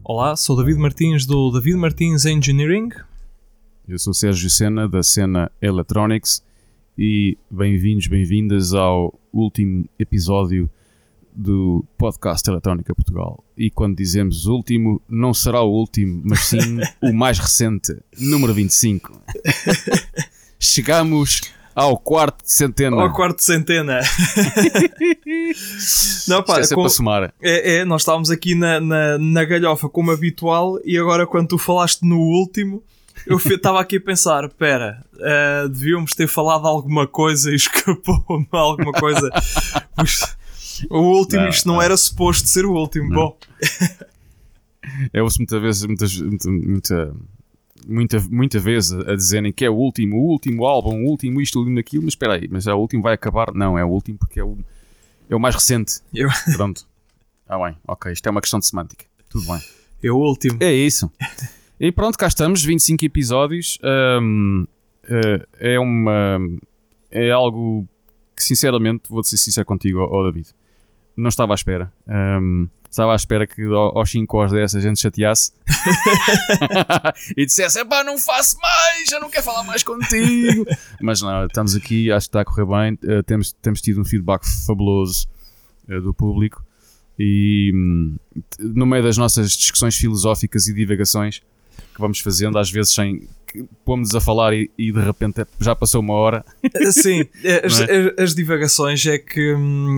Olá, sou David Martins do David Martins Engineering. Eu sou Sérgio Sena da Sena Electronics e bem-vindos, bem-vindas ao último episódio do podcast Eletrónica Portugal. E quando dizemos último, não será o último, mas sim o mais recente, número 25. Chegamos ao quarto de centena. Ao quarto de centena. Não, pá, é para somar. Nós estávamos aqui na galhofa como habitual e agora quando tu falaste no último, eu estava aqui a pensar, devíamos ter falado alguma coisa e escapou-me alguma coisa. O último, não, isto não era suposto ser o último. Não. Bom. Eu ouço muita vez a dizerem que é o último álbum, o último isto, o último aquilo, mas espera aí, mas é o último, vai acabar? Não, é o último porque é o mais recente. Pronto. Bem, ok, isto é uma questão de semântica. Tudo bem. É o último. É isso. E pronto, cá estamos, 25 episódios. É algo que, sinceramente, vou ser sincero contigo, David, não estava à espera. Estava à espera que aos 5 horas dessa a gente chateasse e dissesse, não faço mais, já não quero falar mais contigo. Mas não, estamos aqui, acho que está a correr bem. Temos tido um feedback fabuloso do público e no meio das nossas discussões filosóficas e divagações que vamos fazendo, às vezes sem pomos-nos a falar e de repente já passou uma hora. Sim, as divagações é que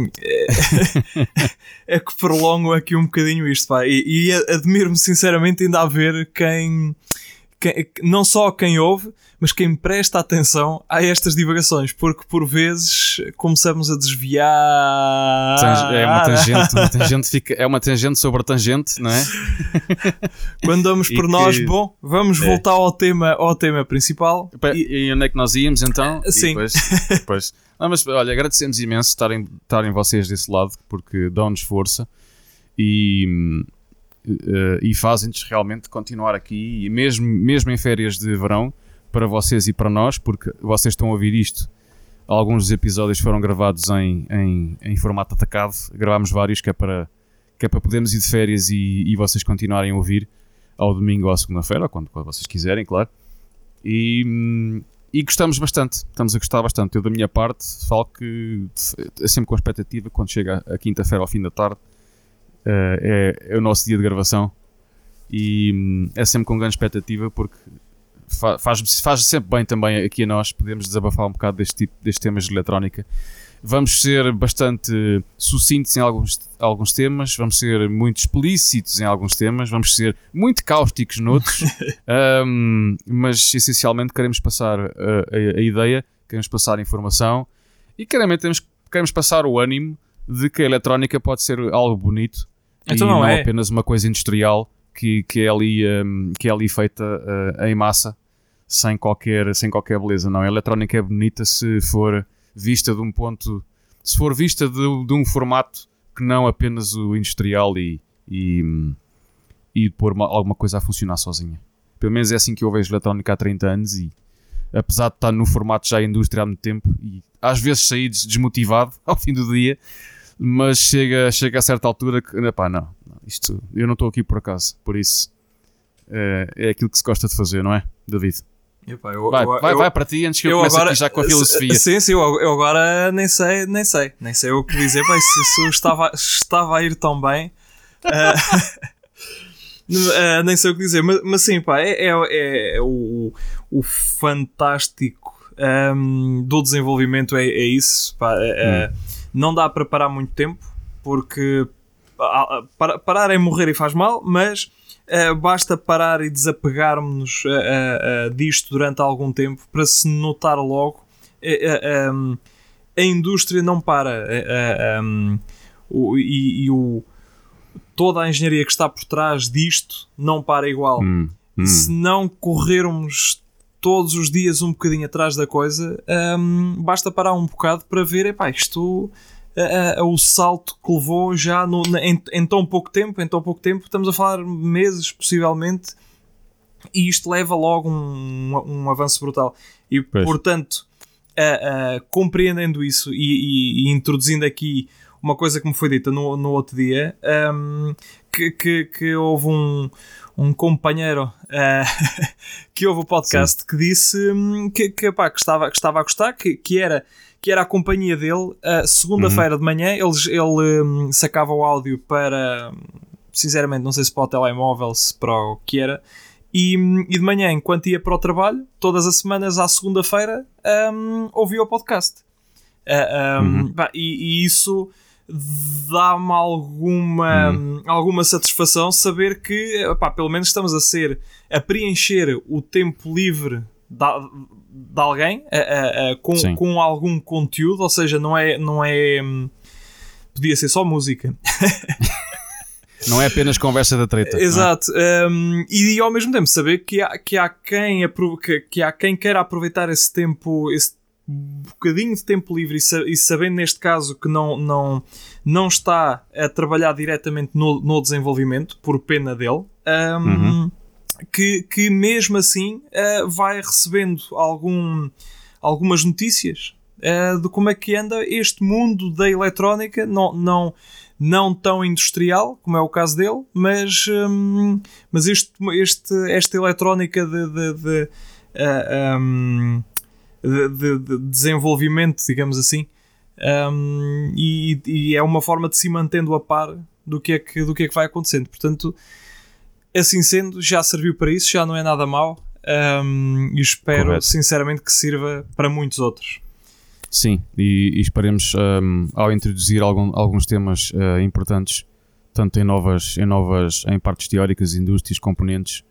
prolongam aqui um bocadinho isto, pá. E admiro-me sinceramente ainda a ver quem não só quem ouve, mas quem presta atenção a estas divagações, porque por vezes começamos a desviar. É uma tangente, é uma tangente sobre a tangente, não é? Quando damos por nós, vamos voltar ao tema principal. E onde é que nós íamos então? Sim. Depois. Mas olha, agradecemos imenso estarem vocês desse lado, porque dão-nos força e fazem-nos realmente continuar aqui, e mesmo em férias de verão, para vocês e para nós, porque vocês estão a ouvir isto. Alguns dos episódios foram gravados em formato atacado, gravámos vários que é para podermos ir de férias e vocês continuarem a ouvir ao domingo ou à segunda-feira, ou quando vocês quiserem, claro. E gostamos bastante, estamos a gostar bastante. Eu, da minha parte, falo que é sempre com expectativa quando chega a quinta-feira ao fim da tarde. É o nosso dia de gravação e é sempre com grande expectativa, porque faz sempre bem também aqui a nós podemos desabafar um bocado destes temas de eletrónica. Vamos ser bastante sucintos em alguns temas, vamos ser muito explícitos em alguns temas, vamos ser muito cáusticos noutros, mas essencialmente queremos passar a ideia, queremos passar a informação e queremos passar o ânimo de que a eletrónica pode ser algo bonito, então e não apenas uma coisa industrial que é ali feita em massa, sem qualquer beleza. Não, a eletrónica é bonita se for vista de um ponto, se for vista de um formato que não apenas o industrial e pôr alguma coisa a funcionar sozinha. Pelo menos é assim que eu vejo a eletrónica há 30 anos e apesar de estar no formato já indústria há muito tempo e às vezes sair desmotivado ao fim do dia, mas chega a certa altura que, isto, eu não estou aqui por acaso, por isso é aquilo que se gosta de fazer, não é, David? Epa, vai para ti antes que eu comece agora, aqui já com a filosofia. Sim, eu agora nem sei o que dizer, se isso estava a ir tão bem. Nem sei o que dizer, mas sim, pá, é o fantástico do desenvolvimento, é isso, pá, não dá para parar muito tempo, porque parar é morrer e faz mal, mas basta parar e desapegarmos disto durante algum tempo para se notar logo. A indústria não para, toda a engenharia que está por trás disto não para igual. Se não corrermos todos os dias um bocadinho atrás da coisa, basta parar um bocado para ver, isto, o salto que levou já em tão pouco tempo, estamos a falar meses possivelmente, e isto leva logo um avanço brutal. E portanto, compreendendo isso e introduzindo aqui uma coisa que me foi dita no outro dia, que houve um companheiro que ouve o podcast, sim, que disse que estava a gostar, que era a companhia dele. Segunda-feira de manhã ele sacava o áudio para, sinceramente não sei se para o telemóvel, se para o que era, e de manhã, enquanto ia para o trabalho, todas as semanas à segunda-feira, ouvia o podcast. E isso dá-me alguma satisfação saber que pelo menos estamos a preencher o tempo livre de alguém com algum conteúdo, ou seja, não é podia ser só música. Não é apenas conversa da treta. Exato. E ao mesmo tempo saber que há quem queira aproveitar esse tempo, esse bocadinho de tempo livre, e sabendo neste caso que não está a trabalhar diretamente no desenvolvimento, por pena dele, que mesmo assim vai recebendo algumas notícias de como é que anda este mundo da eletrónica, não tão industrial como é o caso dele, mas esta eletrónica de desenvolvimento, digamos assim, e é uma forma de se mantendo a par do que é que vai acontecendo. Portanto, assim sendo, já serviu para isso, já não é nada mau, e espero, correto, sinceramente, que sirva para muitos outros. Sim, e esperemos, ao introduzir alguns temas importantes, tanto em partes teóricas, indústrias, componentes,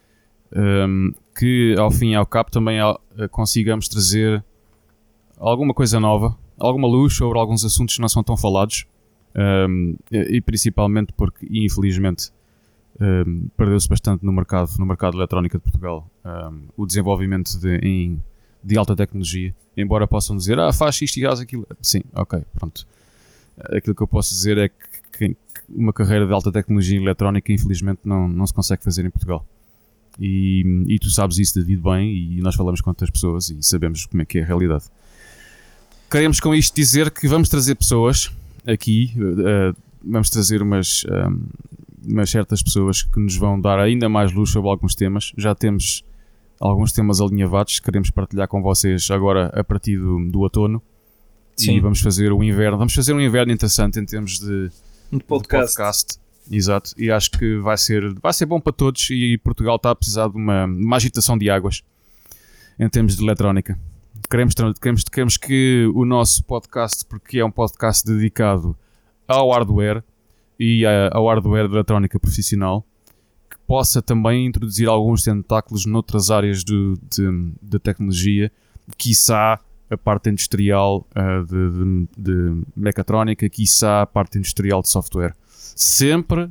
que ao fim e ao cabo também consigamos trazer alguma coisa nova, alguma luz sobre alguns assuntos que não são tão falados, e principalmente porque, infelizmente, perdeu-se bastante no mercado de eletrónica de Portugal o desenvolvimento de alta tecnologia, embora possam dizer faz isto e faz aquilo. Sim, ok, pronto. Aquilo que eu posso dizer é que uma carreira de alta tecnologia eletrónica, infelizmente, não se consegue fazer em Portugal. E tu sabes isso, David, bem, e nós falamos com outras pessoas e sabemos como é que é a realidade. Queremos com isto dizer que vamos trazer pessoas aqui, vamos trazer umas certas pessoas que nos vão dar ainda mais luz sobre alguns temas. Já temos alguns temas alinhavados que queremos partilhar com vocês agora a partir do outono. Sim. E vamos fazer um inverno interessante em termos de podcast. Exato, e acho que vai ser bom para todos, e Portugal está a precisar de uma agitação de águas em termos de eletrónica. Queremos que o nosso podcast, porque é um podcast dedicado ao hardware e ao hardware de eletrónica profissional, que possa também introduzir alguns tentáculos noutras áreas de tecnologia, quiçá a parte industrial de mecatrónica, quiçá a parte industrial de software. Sempre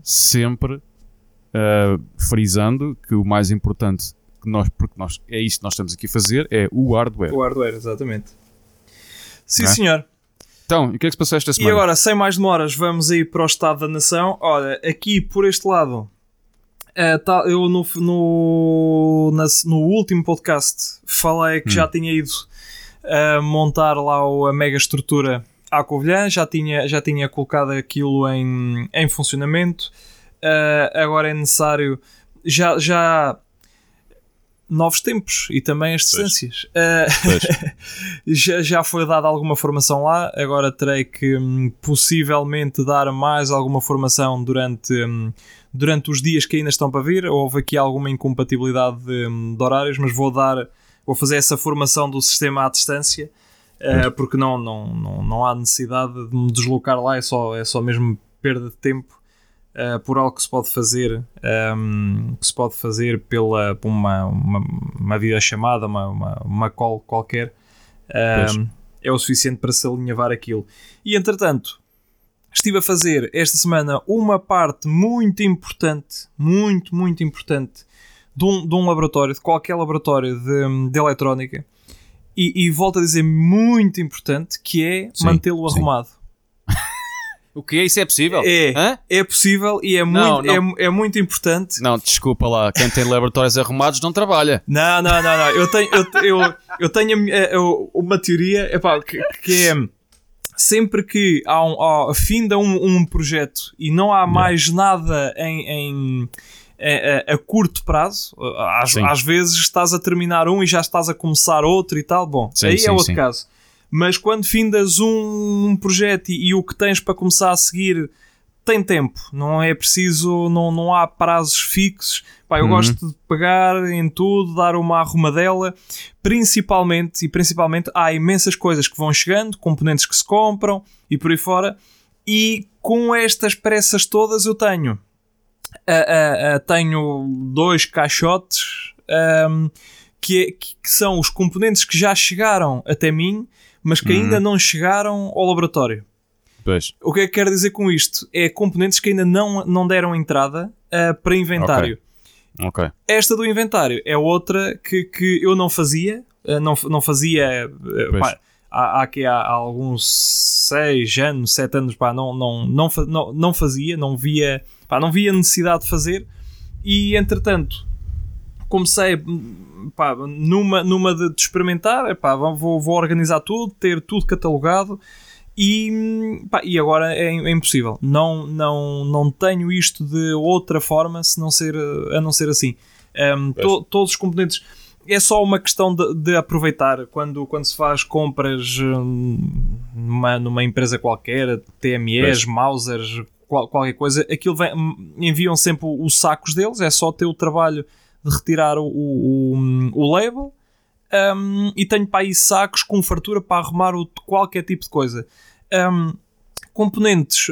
frisando que o mais importante porque é isto que nós estamos aqui a fazer, é o hardware. O hardware, exatamente. Sim, senhor. Então, e o que é que se passou esta semana? E agora, sem mais demoras, vamos aí para o Estado da Nação. Olha, aqui por este lado, eu no último podcast falei que já tinha ido montar lá a mega estrutura à Covilhã, já tinha colocado aquilo em funcionamento. Agora é necessário já novos tempos e também as distâncias. Já foi dada alguma formação lá, agora terei que possivelmente dar mais alguma formação durante os dias que ainda estão para vir. Houve aqui alguma incompatibilidade de horários, mas vou fazer essa formação do sistema à distância, porque não há necessidade de me deslocar lá, é só mesmo perda de tempo. Por algo que se pode fazer por uma videochamada, uma call qualquer, é o suficiente para se alinhavar aquilo. E entretanto, estive a fazer esta semana uma parte muito importante, muito importante, de um laboratório, de qualquer laboratório de eletrónica, e volto a dizer muito importante, que é mantê-lo arrumado. O que é? Isso é possível? É possível e é muito importante. Não, desculpa lá, quem tem laboratórios arrumados não trabalha. Não. Eu tenho uma teoria, que é sempre que finda um projeto e não há mais nada a curto prazo, às vezes estás a terminar um e já estás a começar outro e tal, bom, aí é outro caso. Mas quando findas um projeto e o que tens para começar a seguir tem tempo, não é preciso, não há prazos fixos. Pá, eu gosto de pegar em tudo, dar uma arrumadela, principalmente há imensas coisas que vão chegando, componentes que se compram e por aí fora, e com estas pressas todas eu tenho 2 caixotes que são os componentes que já chegaram até mim, mas que ainda não chegaram ao laboratório. Pois. O que é que quero dizer com isto? É componentes que ainda não deram entrada para inventário. Okay. Esta do inventário é outra que eu não fazia. Não fazia pá, há alguns 6 anos, 7 anos, pá, não fazia, não via necessidade de fazer. E entretanto comecei numa de experimentar, vou organizar tudo, ter tudo catalogado. E agora é impossível. Não tenho isto de outra forma a não ser assim. Todos os componentes. É só uma questão de aproveitar quando se faz compras numa empresa qualquer, TMEs, Mausers, qualquer coisa. Aquilo enviam sempre os sacos deles. É só ter o trabalho de retirar o label. E tenho para aí sacos com fartura para arrumar qualquer tipo de coisa. Componentes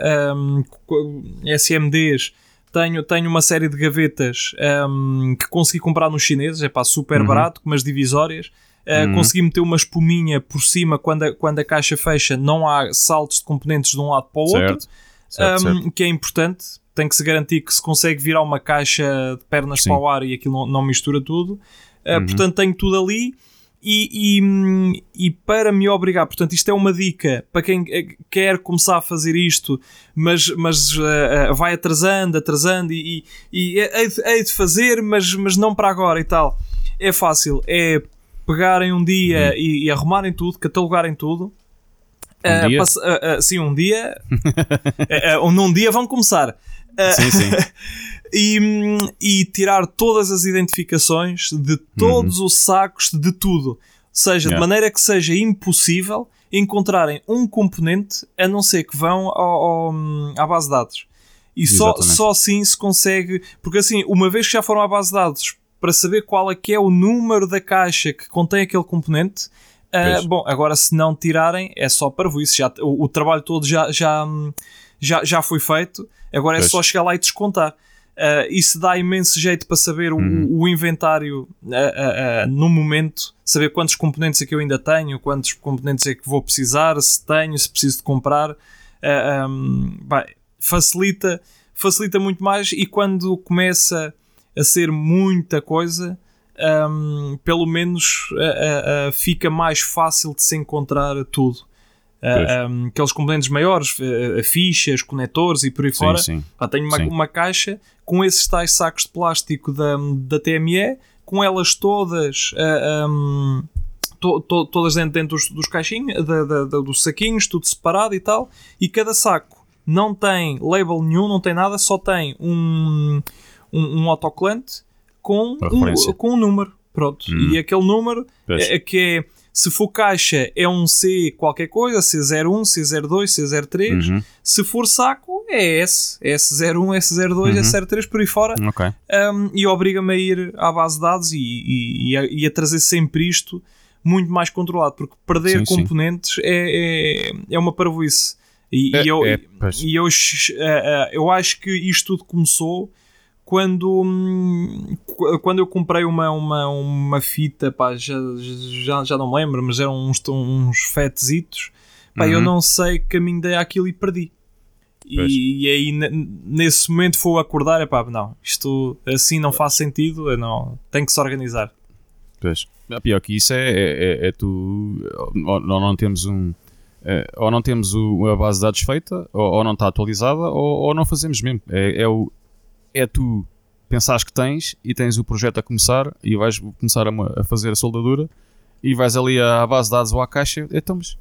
SMDs, tenho uma série de gavetas que consegui comprar nos chineses, super barato, com umas divisórias. Consegui meter uma espuminha por cima quando a caixa fecha, não há saltos de componentes de um lado para o outro, certo. Que é importante. Tem que se garantir que se consegue virar uma caixa de pernas para o ar e aquilo não mistura tudo. Portanto, tenho tudo ali e para me obrigar, portanto, isto é uma dica para quem quer começar a fazer isto, mas vai atrasando e hei de fazer, mas não para agora e tal. É fácil, é pegarem um dia e arrumarem tudo, catalogarem tudo. Sim, um dia. Num dia vão começar. Sim. E tirar todas as identificações de todos os sacos de tudo. Ou seja, de maneira que seja impossível encontrarem um componente a não ser que vão à base de dados. E só assim se consegue. Porque assim, uma vez que já foram à base de dados para saber qual é que é o número da caixa que contém aquele componente, bom, agora se não tirarem é só parvoíce. O trabalho todo já foi feito. Agora é só chegar lá e descontar. Isso dá imenso jeito para saber o inventário no momento, saber quantos componentes é que eu ainda tenho, quantos componentes é que vou precisar, se preciso de comprar. Facilita muito mais, e quando começa a ser muita coisa, pelo menos fica mais fácil de se encontrar tudo. Aqueles componentes maiores, fichas, conectores e por aí fora. Tenho uma caixa com esses tais sacos de plástico da TME, com elas todas todas dentro dos caixinhos, dos saquinhos, tudo separado e tal, e cada saco não tem label nenhum, não tem nada, só tem um autocolante com um número, pronto. E aquele número que é, se for caixa, é um C qualquer coisa, C01, C02, C03. Se for saco, é S. S01, S02, S03, por aí fora. E obriga-me a ir à base de dados e a trazer sempre isto muito mais controlado, porque perder componentes é uma parvoíce. Eu acho que isto tudo começou quando eu comprei uma fita, já não me lembro, mas eram uns fetzitos, eu não sei que caminho dei àquilo e perdi. E aí nesse momento foi acordar, não, isto assim não faz sentido, tem que se organizar. Pior que isso é tu, ou não temos ou não temos a base de dados feita, ou não está atualizada, ou não fazemos mesmo. É tu pensares que tens o projeto a começar e vais começar a fazer a soldadura e vais ali à base de dados ou à caixa, mas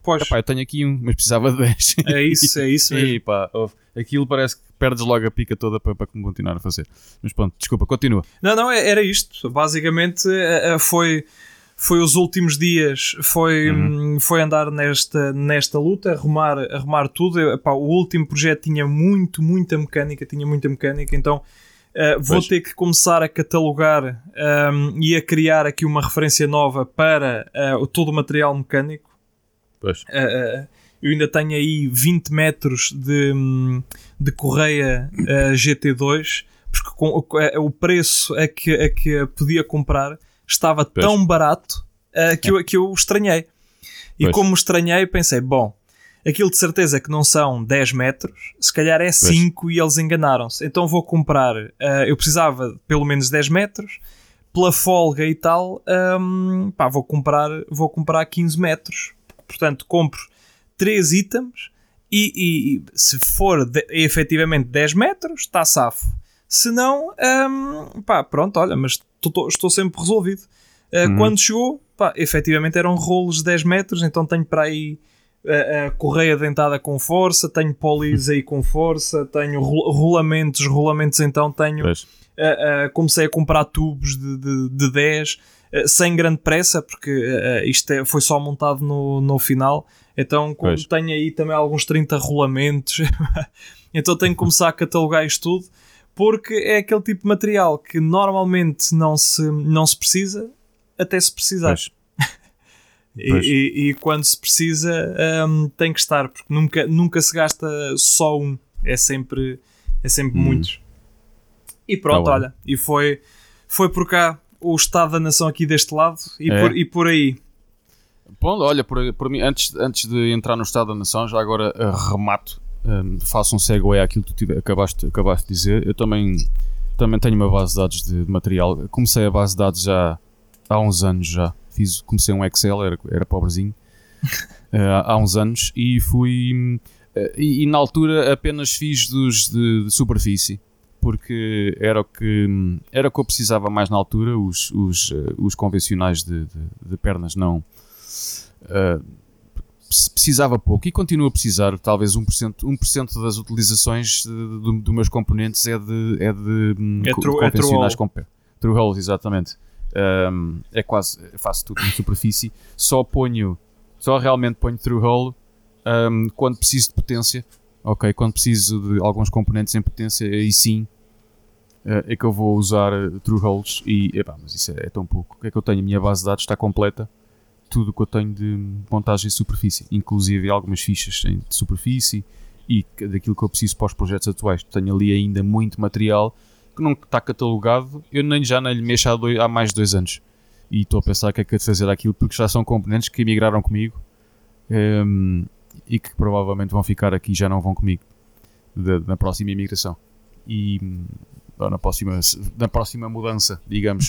Pois. Epá, eu tenho aqui um, mas precisava de 10. É isso mesmo. E pá, aquilo parece que perdes logo a pica toda para continuar a fazer. Mas pronto, desculpa, continua. Não, era isto. Basicamente foi os últimos dias, foi andar nesta luta, arrumar tudo. Epá, o último projeto tinha muita mecânica, então vou ter que começar a catalogar e a criar aqui uma referência nova para todo o material mecânico. Pois. Eu ainda tenho aí 20 metros de correia GT2, porque o preço a que podia comprar estava tão barato que eu estranhei. E como estranhei, pensei, bom, aquilo de certeza que não são 10 metros, se calhar é 5 e eles enganaram-se. Então vou comprar, eu precisava de pelo menos 10 metros, pela folga e tal, vou comprar 15 metros. Portanto, compro 3 itens e se for efetivamente 10 metros, está safo. Se não, pronto, olha, mas estou sempre resolvido. Quando chegou, efetivamente eram rolos de 10 metros, então tenho para aí a correia dentada com força, tenho polis aí com força, tenho rolamentos então tenho... comecei a comprar tubos de 10 sem grande pressa, porque isto foi só montado no final, então tenho aí também alguns 30 rolamentos, então tenho que começar a catalogar isto tudo, porque é aquele tipo de material que normalmente não se precisa, até se precisar. E quando se precisa tem que estar, porque nunca se gasta só um, é sempre muitos. E pronto, olha, e foi por cá o estado da nação aqui deste lado e por aí. Bom, olha, por mim, antes de entrar no estado da nação, já agora remato, faço um segue àquilo que tu acabaste de dizer. Eu também tenho uma base de dados de material. Comecei a base de dados já há uns anos já. Comecei um Excel, era pobrezinho, há uns anos, e fui... E na altura apenas fiz dos de superfície, porque era o que eu precisava mais na altura. Os convencionais de pernas não... precisava pouco, e continuo a precisar. Talvez 1% das utilizações dos meus componentes é de convencionais com pernas. Through holes, exatamente. Faço tudo em superfície. Só realmente ponho through hole quando preciso de potência. Ok, quando preciso de alguns componentes em potência, aí sim é que eu vou usar through holes. Mas isso é tão pouco. O que é que eu tenho? A minha base de dados está completa. Tudo o que eu tenho de montagem de superfície, inclusive algumas fichas de superfície e daquilo que eu preciso para os projetos atuais. Tenho ali ainda muito material que não está catalogado. Eu já nem lhe mexo há mais de 2 anos, e estou a pensar que é que é de fazer aquilo, porque já são componentes que emigraram comigo e que provavelmente vão ficar aqui e já não vão comigo na próxima imigração ou na próxima mudança, digamos.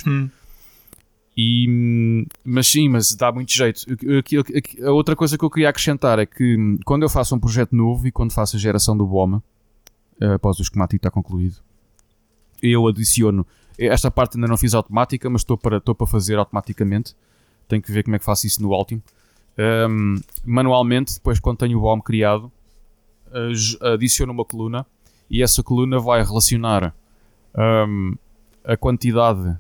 Mas dá muito jeito. A outra coisa que eu queria acrescentar é que quando eu faço um projeto novo e quando faço a geração do BOMA, após o esquemático estar concluído, eu adiciono, esta parte ainda não fiz automática, mas estou para fazer automaticamente. Tenho que ver como é que faço isso no Altium. Manualmente, depois quando tenho o BOM criado, adiciono uma coluna, e essa coluna vai relacionar a quantidade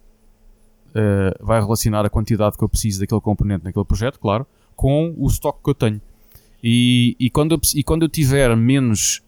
que eu preciso daquele componente naquele projeto, claro, com o estoque que eu tenho. E quando eu tiver menos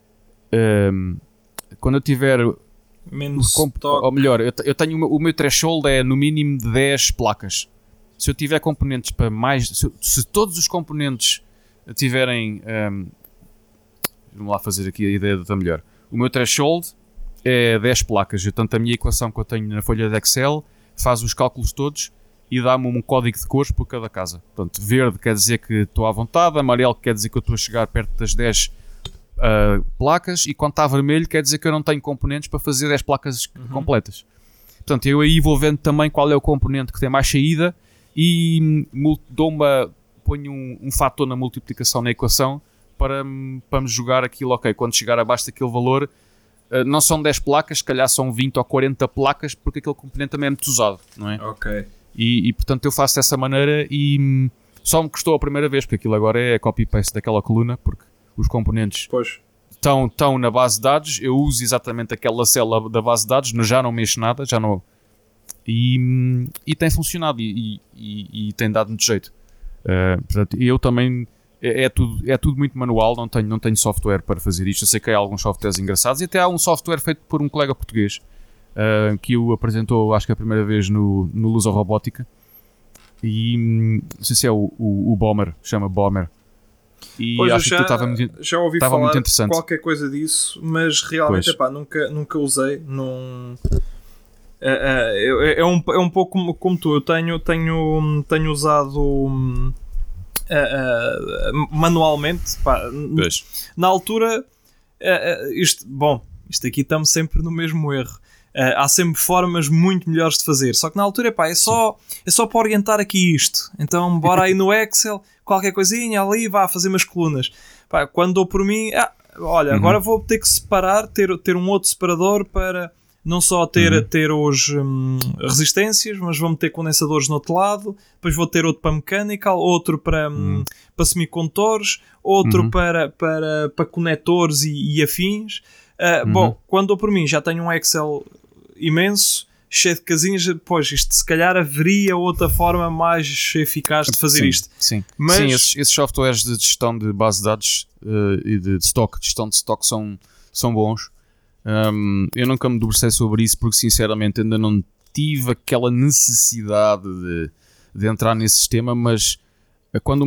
stock, ou melhor, eu tenho o meu threshold é no mínimo de 10 placas. Se eu tiver componentes para mais, se todos os componentes tiverem, vamos lá fazer aqui a ideia da melhor. O meu threshold é 10 placas. Portanto, a minha equação que eu tenho na folha de Excel faz os cálculos todos e dá-me um código de cores por cada casa. Portanto, verde quer dizer que estou à vontade, amarelo quer dizer que eu estou a chegar perto das 10 placas, e quando está vermelho quer dizer que eu não tenho componentes para fazer 10 placas completas. Portanto, eu aí vou vendo também qual é o componente que tem mais saída e ponho um fator na multiplicação na equação para me jogar aquilo. Ok, quando chegar abaixo daquele valor, não são 10 placas, se calhar são 20 ou 40 placas, porque aquele componente também é muito usado, não é? Ok. E portanto eu faço dessa maneira, e Só me custou a primeira vez, porque aquilo agora é copy-paste daquela coluna, porque os componentes estão na base de dados, eu uso exatamente aquela célula da base de dados, já não mexo nada, já não... E tem funcionado e tem dado muito jeito. Portanto, eu também... É tudo muito manual, não tenho software para fazer isto. Eu sei que há alguns softwares engraçados e até há um software feito por um colega português que o apresentou, acho que a primeira vez no Lusa Robótica. E não sei se é o Bomber, chama Bomber. E pois acho que já ouvi falar muito interessante. Qualquer coisa disso, mas realmente nunca usei. É um pouco como tu. Eu tenho usado manualmente. Na altura, isto aqui estamos sempre no mesmo erro. Há sempre formas muito melhores de fazer. Só que na altura, é só para orientar aqui isto. Então, bora aí no Excel, qualquer coisinha ali, vá fazer umas colunas. Quando dou por mim, agora vou ter que separar, ter um outro separador para não só ter os resistências, mas vou meter condensadores no outro lado, depois vou ter outro para mechanical, outro para semicondutores, outro para conectores e afins. Bom, quando dou por mim já tenho um Excel imenso, cheio de casinhas. Pois isto se calhar haveria outra forma mais eficaz de fazer isto. Sim, esses softwares de gestão de base de dados e de gestão de stock são bons. Eu nunca me debrucei sobre isso porque sinceramente ainda não tive aquela necessidade de entrar nesse sistema, mas quando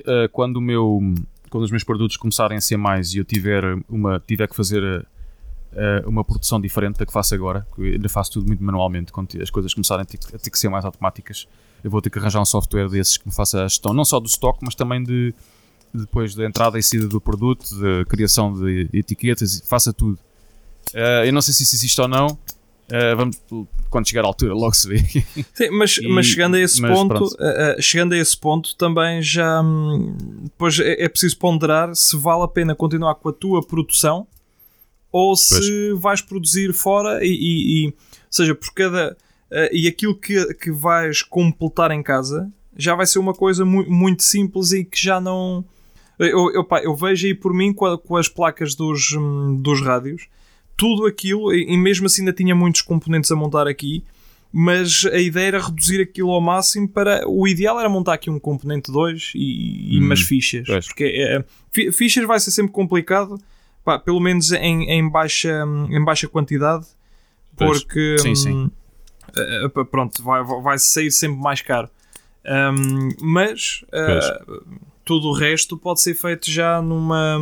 os meus produtos começarem a ser mais e eu tiver que fazer uma produção diferente da que faço agora, que eu ainda faço tudo muito manualmente, quando as coisas começarem a ter que ser mais automáticas, eu vou ter que arranjar um software desses que me faça a gestão, não só do stock, mas também depois da entrada e saída do produto, da criação de etiquetas, faça tudo. Eu não sei se isso existe ou não. Quando chegar à altura logo se vê. Sim, mas chegando a esse ponto também já depois é preciso ponderar se vale a pena continuar com a tua produção ou se vais produzir fora ou seja, por cada e aquilo que vais completar em casa já vai ser uma coisa muito simples e que já não eu vejo aí por mim com as placas dos rádios, tudo aquilo, e mesmo assim ainda tinha muitos componentes a montar aqui, mas a ideia era reduzir aquilo ao máximo. O ideal era montar aqui um componente 2 e umas fichas, porque fichas vai ser sempre complicado, pelo menos em baixa quantidade, porque pronto, vai sair sempre mais caro. Mas tudo o resto pode ser feito já numa...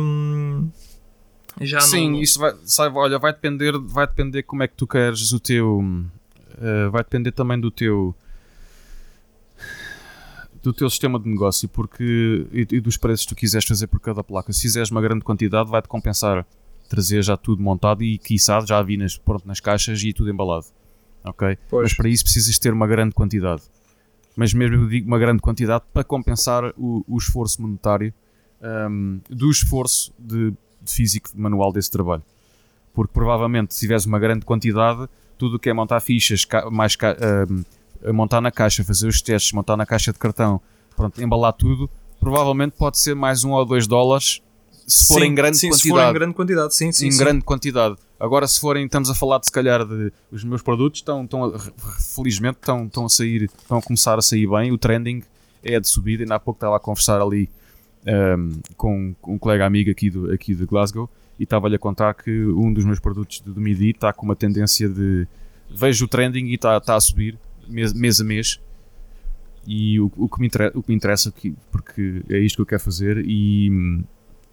isso vai depender como é que tu queres o teu... vai depender também do teu sistema de negócio e dos preços que tu quiseres fazer por cada placa. Se fizeres uma grande quantidade, vai-te compensar trazer já tudo montado e quiçá já vi nas caixas e tudo embalado. Ok? Mas para isso precisas ter uma grande quantidade. Mas mesmo eu digo uma grande quantidade para compensar o esforço monetário do esforço de físico manual desse trabalho. Porque provavelmente se tiveres uma grande quantidade, tudo o que é montar fichas, montar na caixa, fazer os testes, montar na caixa de cartão, pronto, embalar tudo, provavelmente pode ser mais $1 ou $2 se for em grande quantidade. Se for em grande quantidade, grande quantidade. Agora estamos a falar de, se calhar, os meus produtos felizmente estão a começar a sair bem, o trending é de subida. Ainda há pouco estava a conversar ali com um colega amigo aqui de Glasgow e estava-lhe a contar que um dos meus produtos do MIDI está com uma tendência de... Vejo o trending e está a subir mês a mês, e o que me interessa porque é isto que eu quero fazer, e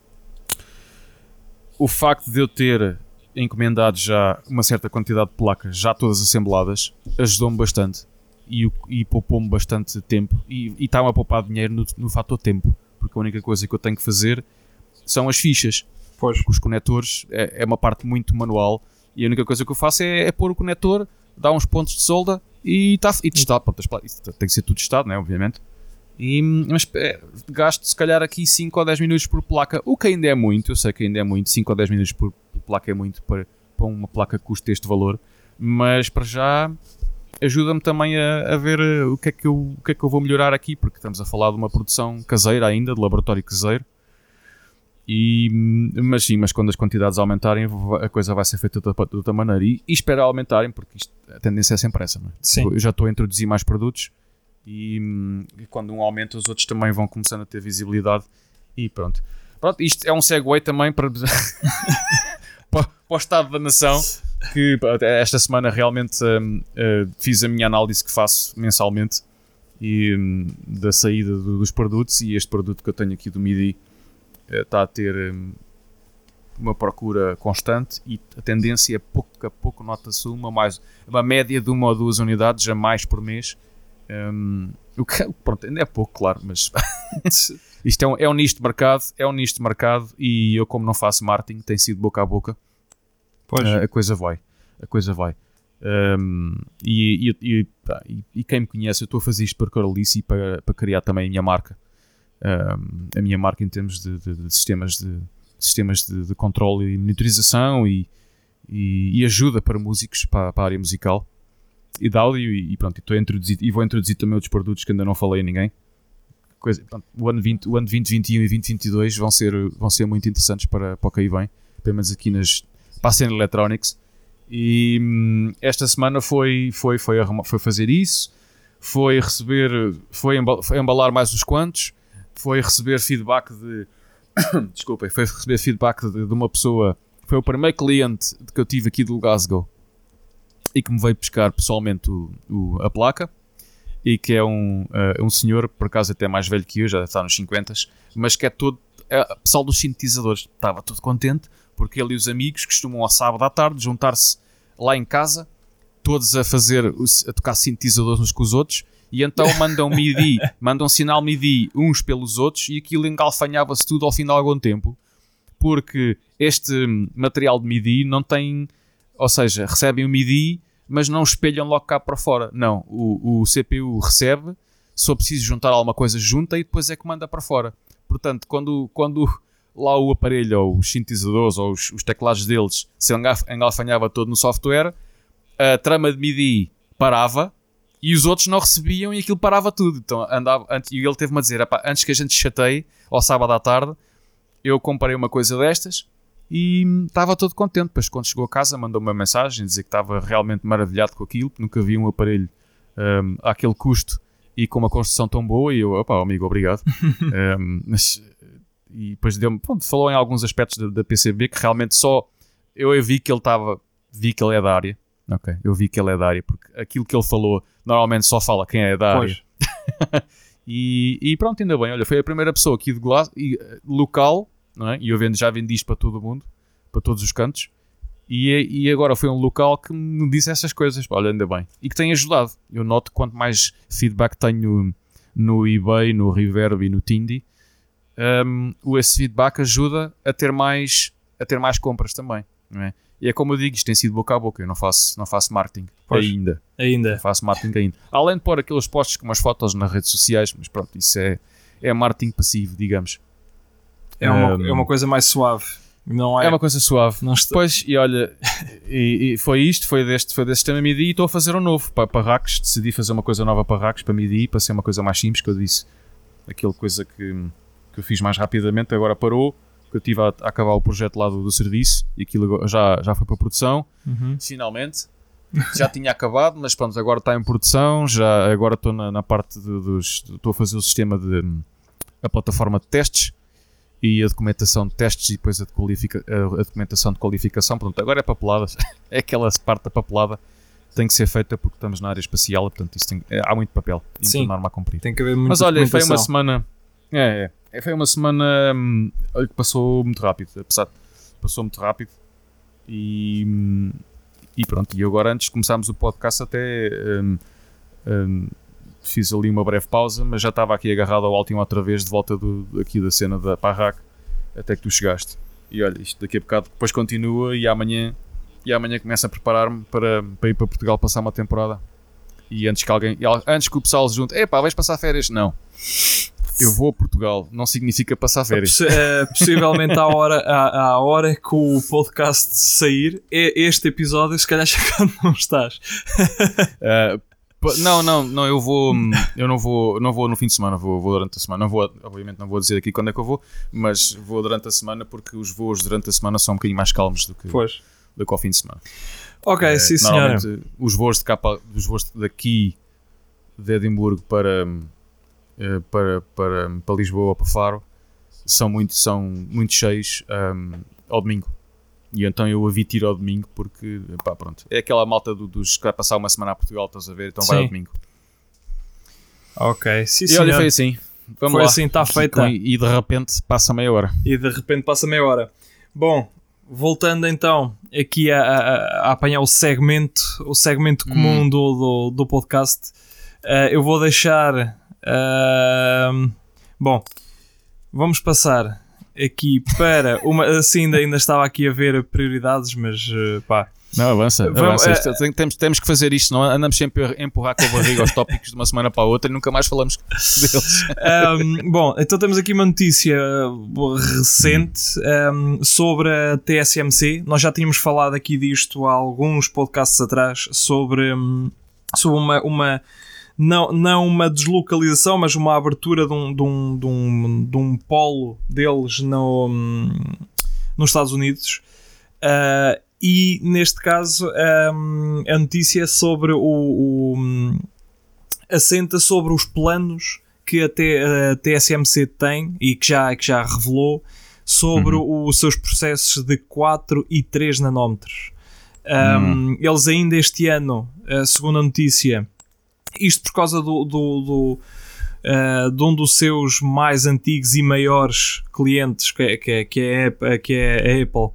o facto de eu ter encomendado já uma certa quantidade de placas, já todas assembladas, ajudou-me bastante e poupou-me bastante tempo e está-me a poupar dinheiro no fator tempo, porque a única coisa que eu tenho que fazer são as fichas. Porque os conectores é uma parte muito manual e a única coisa que eu faço é pôr o conector, dar uns pontos de solda e testar. Isso tem que ser tudo testado, né, obviamente. Mas gasto se calhar aqui 5 ou 10 minutos por placa, o que ainda é muito. Eu sei que ainda é muito, 5 ou 10 minutos por placa é muito para uma placa que custe este valor, mas para já ajuda-me também a ver o que é que eu vou melhorar aqui, porque estamos a falar de uma produção caseira ainda, de laboratório caseiro. Mas quando as quantidades aumentarem, a coisa vai ser feita de outra maneira. E espero aumentarem, porque a tendência é sempre essa. Não é? Sim. Eu já estou a introduzir mais produtos e quando um aumenta, os outros também vão começando a ter visibilidade. E pronto, isto é um segue também para o estado da nação. Que esta semana realmente fiz a minha análise que faço mensalmente da saída dos produtos, e este produto que eu tenho aqui do MIDI está a ter uma procura constante, e a tendência é pouco a pouco, nota-se uma média de 1 ou 2 unidades a mais por mês, o que pronto, ainda é pouco, claro, mas isto é um nicho de mercado, e eu, como não faço marketing, tem sido boca a boca. Pois. A coisa vai. E quem me conhece, eu estou a fazer isto para Coralice e para criar também a minha marca. A minha marca em termos de sistemas de controle e monitorização e ajuda para músicos, para a área musical e de áudio, e pronto, vou introduzir também outros produtos que ainda não falei a ninguém. Pronto, o ano 2021 e 2022 vão ser muito interessantes para o que aí vem, pelo menos aqui para a cena Electronics. E esta semana foi fazer isso, foi embalar mais uns quantos, foi receber feedback de uma pessoa. Foi o primeiro cliente que eu tive aqui do Glasgow e que me veio pescar pessoalmente a placa, e que é um senhor, por acaso até mais velho que eu, já está nos 50, mas que é todo pessoal dos sintetizadores. Estava todo contente porque ele e os amigos costumam ao sábado à tarde juntar-se lá em casa, todos a tocar sintetizadores uns com os outros, e então mandam sinal MIDI uns pelos outros, e aquilo engalfanhava-se tudo ao fim de algum tempo, porque este material de MIDI não tem, ou seja, recebem o MIDI, mas não espelham logo cá para fora. Não, o CPU recebe, se for preciso juntar alguma coisa, junta, e depois é que manda para fora. Portanto, quando lá o aparelho, ou os sintetizadores, ou os teclados deles se engalfanhava todo no software, a trama de MIDI parava e os outros não recebiam, e aquilo parava tudo. Então e ele teve-me a dizer: antes que a gente chateie, ao sábado à tarde, eu comprei uma coisa destas, e estava todo contente. Depois, quando chegou a casa, mandou-me uma mensagem dizer que estava realmente maravilhado com aquilo, que nunca vi um aparelho àquele custo e com uma construção tão boa. E eu, amigo, obrigado. E depois falou em alguns aspectos da PCB que realmente só eu vi que ele é da área. Ok, eu vi que ele é da área, porque aquilo que ele falou normalmente só fala quem é da área. E pronto, ainda bem. Olha, foi a primeira pessoa aqui de local, não é? E eu já vendi isto para todo o mundo, para todos os cantos, e agora foi um local que me disse essas coisas. Olha, ainda bem, e que tem ajudado. Eu noto que quanto mais feedback tenho no eBay, no Reverb e no Tindy, esse feedback ajuda a ter mais compras também, não é? E é como eu digo, isto tem sido boca a boca. Eu não faço marketing ainda. Não faço marketing ainda. Além de pôr aqueles posts com umas fotos nas redes sociais, mas pronto, isso é marketing passivo, digamos. É uma coisa mais suave. Não é? É uma coisa suave. Pois, e olha, e foi isto, foi deste sistema MIDI, e estou a fazer um novo para racks. Decidi fazer uma coisa nova para racks, para MIDI, para ser uma coisa mais simples, que eu disse. Aquela coisa que eu fiz mais rapidamente, agora parou, porque eu estive a acabar o projeto lá do serviço, e aquilo já foi para produção, finalmente. Já tinha acabado, mas pronto, agora está em produção. Agora estou na parte estou a fazer o sistema a plataforma de testes e a documentação de testes, e depois a documentação de qualificação. Pronto, agora é papelada. É aquela parte da papelada tem que ser feita, porque estamos na área espacial, portanto isso há muito papel e muita norma a cumprir. Tem que haver muita Mas olha, foi uma semana foi uma semana que passou muito rápido, passou muito rápido, e pronto. E agora, antes de começarmos o podcast, até fiz ali uma breve pausa, mas já estava aqui agarrado ao Altium outra vez, de volta aqui da cena da Parrac, até que tu chegaste. E olha, isto daqui a bocado depois continua, e amanhã começo a preparar-me para ir para Portugal passar uma temporada. E antes que o pessoal se junte: vais passar férias? Não. Eu vou a Portugal, não significa passar férias. Possivelmente à hora que o podcast sair, este episódio, se calhar já cá não estás. Não, eu não vou no fim de semana, vou durante a semana. Obviamente não vou dizer aqui quando é que eu vou, mas vou durante a semana porque os voos durante a semana são um bocadinho mais calmos do que ao fim de semana. Ok, sim senhora. Os voos daqui de Edimburgo para Lisboa ou para Faro são muito cheios ao domingo. E então eu evito ir ao domingo porque, pronto, é aquela malta dos que vai passar uma semana a Portugal, estás a ver? Então vai ao domingo. Ok, sim, e olha, foi assim. Vamos foi lá. assim, está feita. E de repente passa meia hora. Bom, voltando então aqui a apanhar o segmento comum do podcast, eu vou deixar... bom, vamos passar aqui para uma... Assim, ainda estava aqui a ver prioridades, mas pá... Não, avança. Temos que fazer isto, não andamos sempre a empurrar com a barriga os tópicos de uma semana para a outra e nunca mais falamos deles. Bom, então temos aqui uma notícia recente sobre a TSMC. Nós já tínhamos falado aqui disto há alguns podcasts atrás sobre uma não uma deslocalização, mas uma abertura de um polo deles nos Estados Unidos. E neste caso a notícia sobre assenta sobre os planos que a TSMC tem e que já revelou sobre os seus processos de 4 e 3 nanómetros. Eles ainda este ano, segundo a notícia, isto por causa de um dos seus mais antigos e maiores clientes, que é a Apple,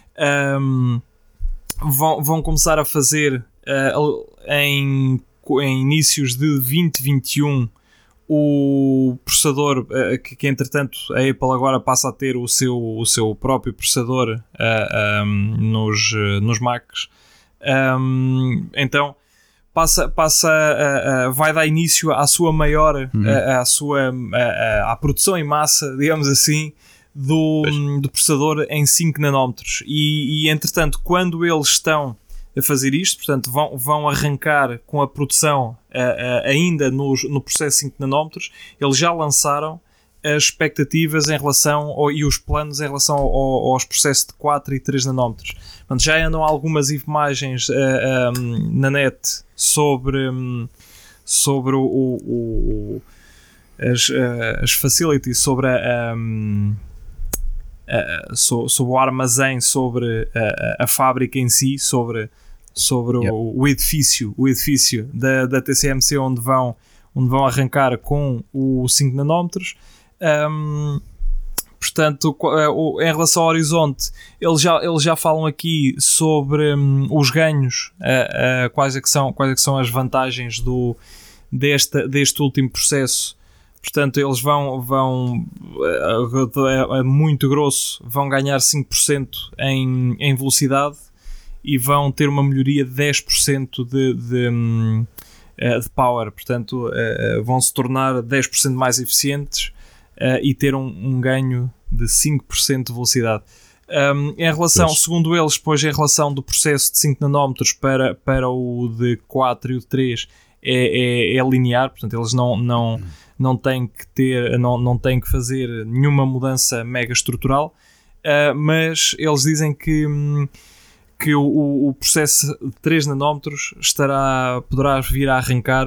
vão começar a fazer em inícios de 2021 o processador que entretanto a Apple agora passa a ter o seu próprio processador nos Macs. Então vai dar início à sua maior à produção em massa, digamos assim, do processador em 5 nanómetros e entretanto quando eles estão a fazer isto, portanto vão arrancar com a produção ainda no processo 5 nanómetros, eles já lançaram as expectativas em relação e os planos em relação aos processos de 4 e 3 nanómetros. Portanto, já andam algumas imagens na net sobre as facilities, sobre sobre o armazém, sobre a fábrica em si, sobre o edifício da TSMC onde vão arrancar com o 5 nanómetros. Portanto, em relação ao horizonte, eles já falam aqui sobre os ganhos, quais é que são as vantagens deste último processo. Portanto, eles vão muito grosso, vão ganhar 5% em velocidade e vão ter uma melhoria de 10% de power. Portanto, vão se tornar 10% mais eficientes e ter um ganho de 5% de velocidade. Em relação, segundo eles, depois em relação do processo de 5 nanómetros para o de 4 e o de 3 é linear, portanto eles não têm que fazer nenhuma mudança mega estrutural, mas eles dizem que o processo de 3 nanómetros poderá vir a arrancar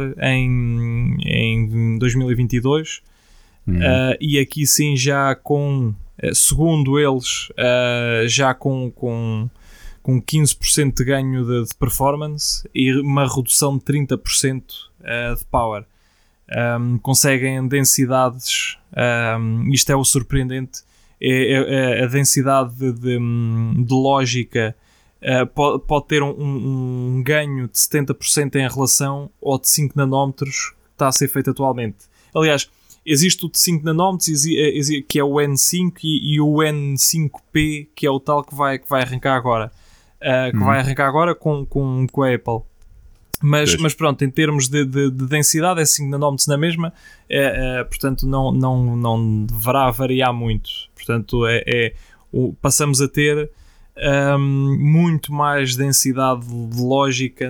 em 2022. E aqui sim já segundo eles, já com 15% de ganho de performance e uma redução de 30% de power. Conseguem densidades, isto é o surpreendente, a densidade de lógica pode ter um ganho de 70% em relação ao de 5 nanómetros que está a ser feito atualmente. Aliás, existe o de 5 nanómetros, que é o N5 e o N5P, que é o tal que vai arrancar agora. Vai arrancar agora com a Apple. Mas pronto, em termos de densidade é 5 nanómetros na mesma, portanto não deverá variar muito. Portanto, passamos a ter muito mais densidade de lógica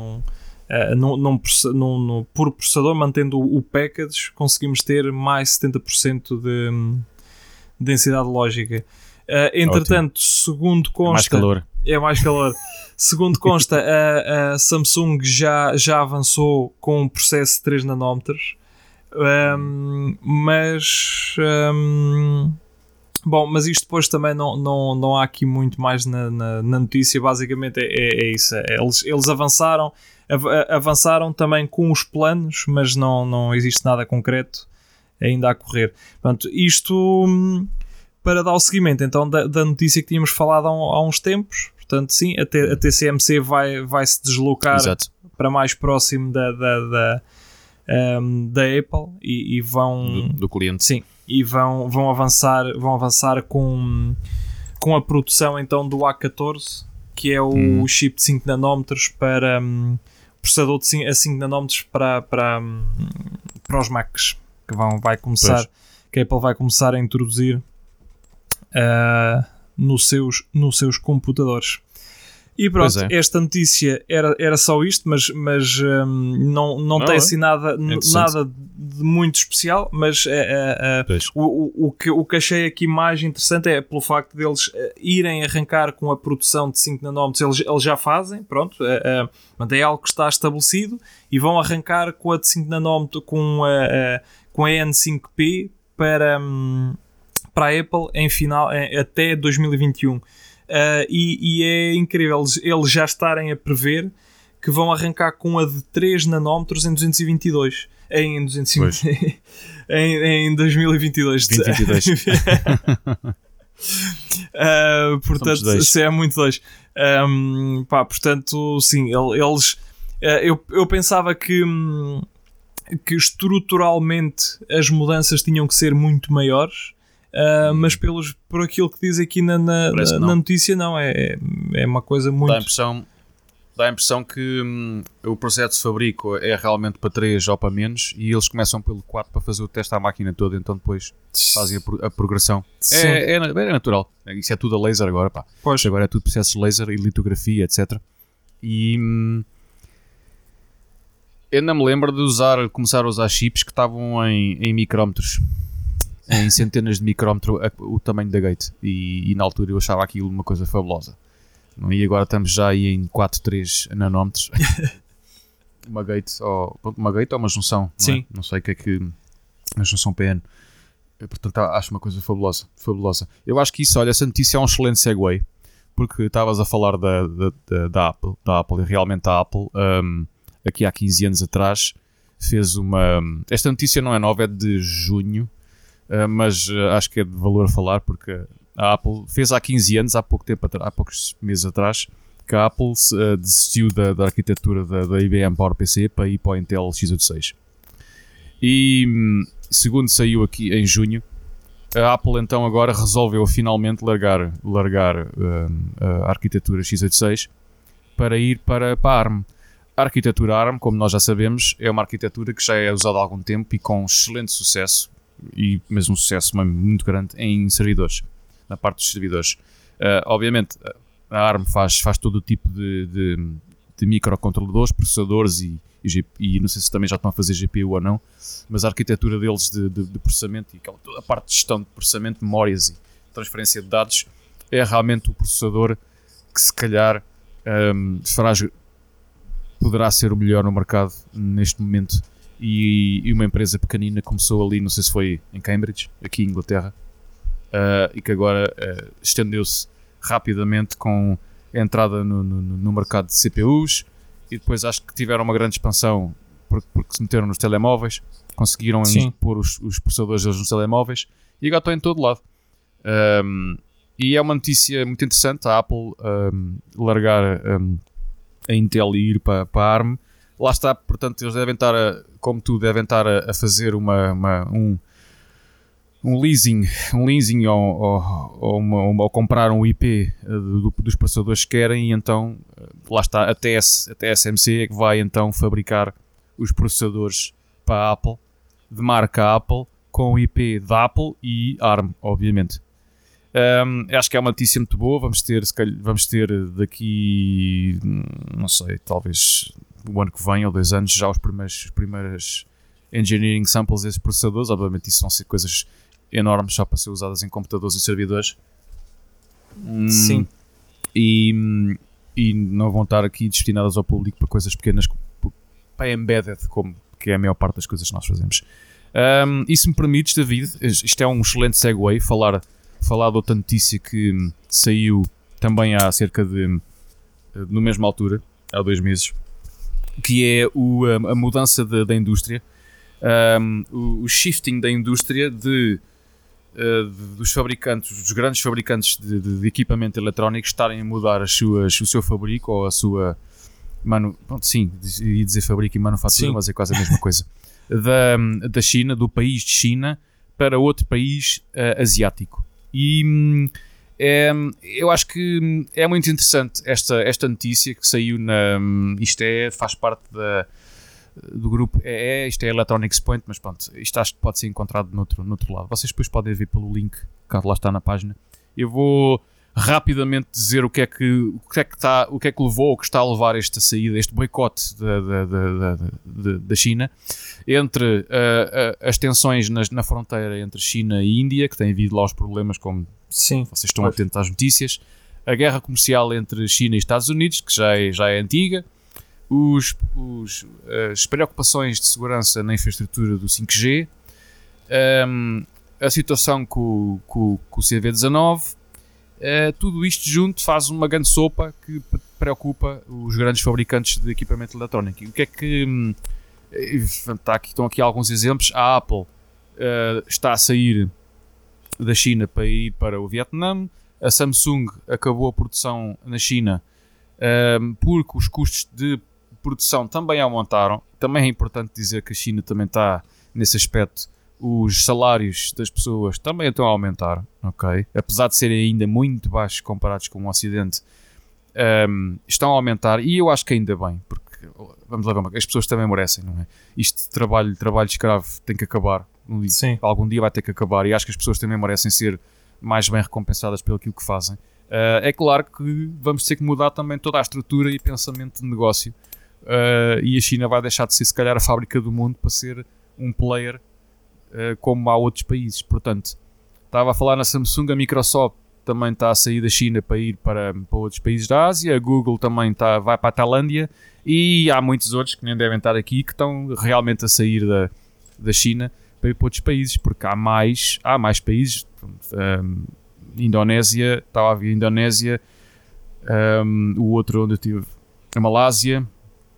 por processador, mantendo o package, conseguimos ter mais 70% de densidade lógica. Entretanto, segundo consta... É mais calor. Segundo consta, a Samsung já avançou com um processo de 3 nanómetros. Mas mas isto depois também não há aqui muito mais na notícia. Basicamente é isso. Eles avançaram também com os planos, mas não existe nada concreto ainda a correr. Portanto, isto para dar o seguimento então da notícia que tínhamos falado há uns tempos. Portanto, sim, a TSMC vai se deslocar para mais próximo da Apple e vão do cliente. Sim, e vão avançar com a produção então do A14, que é o chip de 5 nanómetros para processador a 5 nanómetros para os Macs que a Apple vai começar a introduzir nos seus computadores. E pronto, esta notícia era só isto, mas não tem assim nada de muito especial, mas o que achei aqui mais interessante é pelo facto deles irem arrancar com a produção de 5 nanómetros, eles já fazem, pronto, é algo que está estabelecido, e vão arrancar com a de 5 nanómetros, com a N5P para a Apple até 2021. E é incrível eles já estarem a prever que vão arrancar com a de 3 nanómetros em 2022. Em 2022. 2022. Portanto, isso é muito dois. Portanto, sim, eles... eu pensava que estruturalmente as mudanças tinham que ser muito maiores. Mas por aquilo que diz aqui na notícia, não, é uma coisa muito... Dá a impressão que o processo de fabrico é realmente para 3 ou para menos, e eles começam pelo 4 para fazer o teste à máquina toda, então depois fazem a progressão. É natural. Isso é tudo a laser agora, pá. Pois. Agora é tudo processos laser e litografia, etc. E eu não me lembro de começar a usar chips que estavam em micrómetros. Em centenas de micrómetro o tamanho da gate, e na altura eu achava aquilo uma coisa fabulosa, e agora estamos já aí em 4-3 nanómetros. uma gate ou uma junção. Sim. Não sei o que é que uma junção PN. Portanto, acho uma coisa fabulosa. Eu acho que isso, olha, essa notícia é um excelente segue, porque estavas a falar da Apple, e realmente a Apple aqui há 15 anos atrás fez esta notícia não é nova, é de junho. Mas acho que é de valor a falar, porque a Apple fez há 15 anos, há poucos meses atrás, que a Apple desistiu da arquitetura da IBM PowerPC para ir para o Intel x86. E segundo saiu aqui em junho, a Apple então agora resolveu finalmente largar a arquitetura x86 para ir para a ARM. A arquitetura ARM, como nós já sabemos, é uma arquitetura que já é usada há algum tempo e com excelente sucesso, e mesmo um sucesso muito grande em servidores, na parte dos servidores. Obviamente a ARM faz todo o tipo de microcontroladores, processadores e não sei se também já estão a fazer GPU ou não, mas a arquitetura deles de processamento e toda a parte de gestão de processamento, memórias e transferência de dados é realmente o processador que se calhar poderá ser o melhor no mercado neste momento. E uma empresa pequenina começou ali, não sei se foi em Cambridge, aqui em Inglaterra, e que agora estendeu-se rapidamente com a entrada no mercado de CPUs, e depois acho que tiveram uma grande expansão porque se meteram nos telemóveis, conseguiram pôr os processadores deles nos telemóveis, e agora estão em todo lado. E é uma notícia muito interessante a Apple largar a Intel e ir para a ARM. Lá está, portanto, eles devem estar, como tu, devem estar a fazer um leasing ou comprar um IP dos processadores que querem, e então lá está, a TSMC é que vai então fabricar os processadores para a Apple, de marca Apple, com o IP da Apple e ARM, obviamente. Acho que é uma notícia muito boa. Vamos ter daqui, não sei, talvez o ano que vem ou 2 anos, já os primeiros engineering samples desses processadores. Obviamente isso vão ser coisas enormes só para ser usadas em computadores e servidores. Sim. E não vão estar aqui destinadas ao público para coisas pequenas, para embedded, que é a maior parte das coisas que nós fazemos. E se me permites, David, isto é um excelente segue, falar de outra notícia que saiu também há cerca de na mesma altura, há 2 meses, que é a mudança da indústria, o shifting da indústria dos fabricantes, dos grandes fabricantes de equipamento eletrónico, estarem a mudar o seu fabrico ou a sua sim, ia dizer fabrico e manufatura, sim, mas é quase a mesma coisa, da China, do país de China, para outro país asiático. E eu acho que é muito interessante esta notícia que saiu faz parte do grupo, isto é Electronics Point, mas pronto, isto acho que pode ser encontrado no outro lado. Vocês depois podem ver pelo link que lá está na página. Eu vou rapidamente dizer o que é que levou, o que está a levar esta saída, este boicote da China, entre as tensões na fronteira entre China e Índia, que tem havido lá os problemas, como sim, vocês estão atentos às notícias, a guerra comercial entre China e Estados Unidos, que já é antiga, as preocupações de segurança na infraestrutura do 5G, a situação com o CV19, tudo isto junto faz uma grande sopa que preocupa os grandes fabricantes de equipamento eletrónico. E o que é que estão aqui alguns exemplos. A Apple está a sair da China para ir para o Vietnã. A Samsung acabou a produção na China porque os custos de produção também aumentaram. Também é importante dizer que a China também está nesse aspecto. Os salários das pessoas também estão a aumentar, ok? Apesar de serem ainda muito baixos comparados com o Ocidente, estão a aumentar, e eu acho que ainda bem, porque vamos lá, as pessoas também merecem, não é? Isto de trabalho escravo tem que acabar. Sim. Algum dia vai ter que acabar, e acho que as pessoas também merecem ser mais bem recompensadas pelo aquilo que fazem. É claro que vamos ter que mudar também toda a estrutura e pensamento de negócio, e a China vai deixar de ser, se calhar, a fábrica do mundo para ser um player como há outros países. Portanto, estava a falar na Samsung, a Microsoft também está a sair da China para ir para outros países da Ásia, a Google também vai para a Tailândia, e há muitos outros que nem devem estar aqui, que estão realmente a sair da China para ir para outros países, porque há mais países. Indonésia, estava a ver Indonésia, o outro onde eu estive, a Malásia,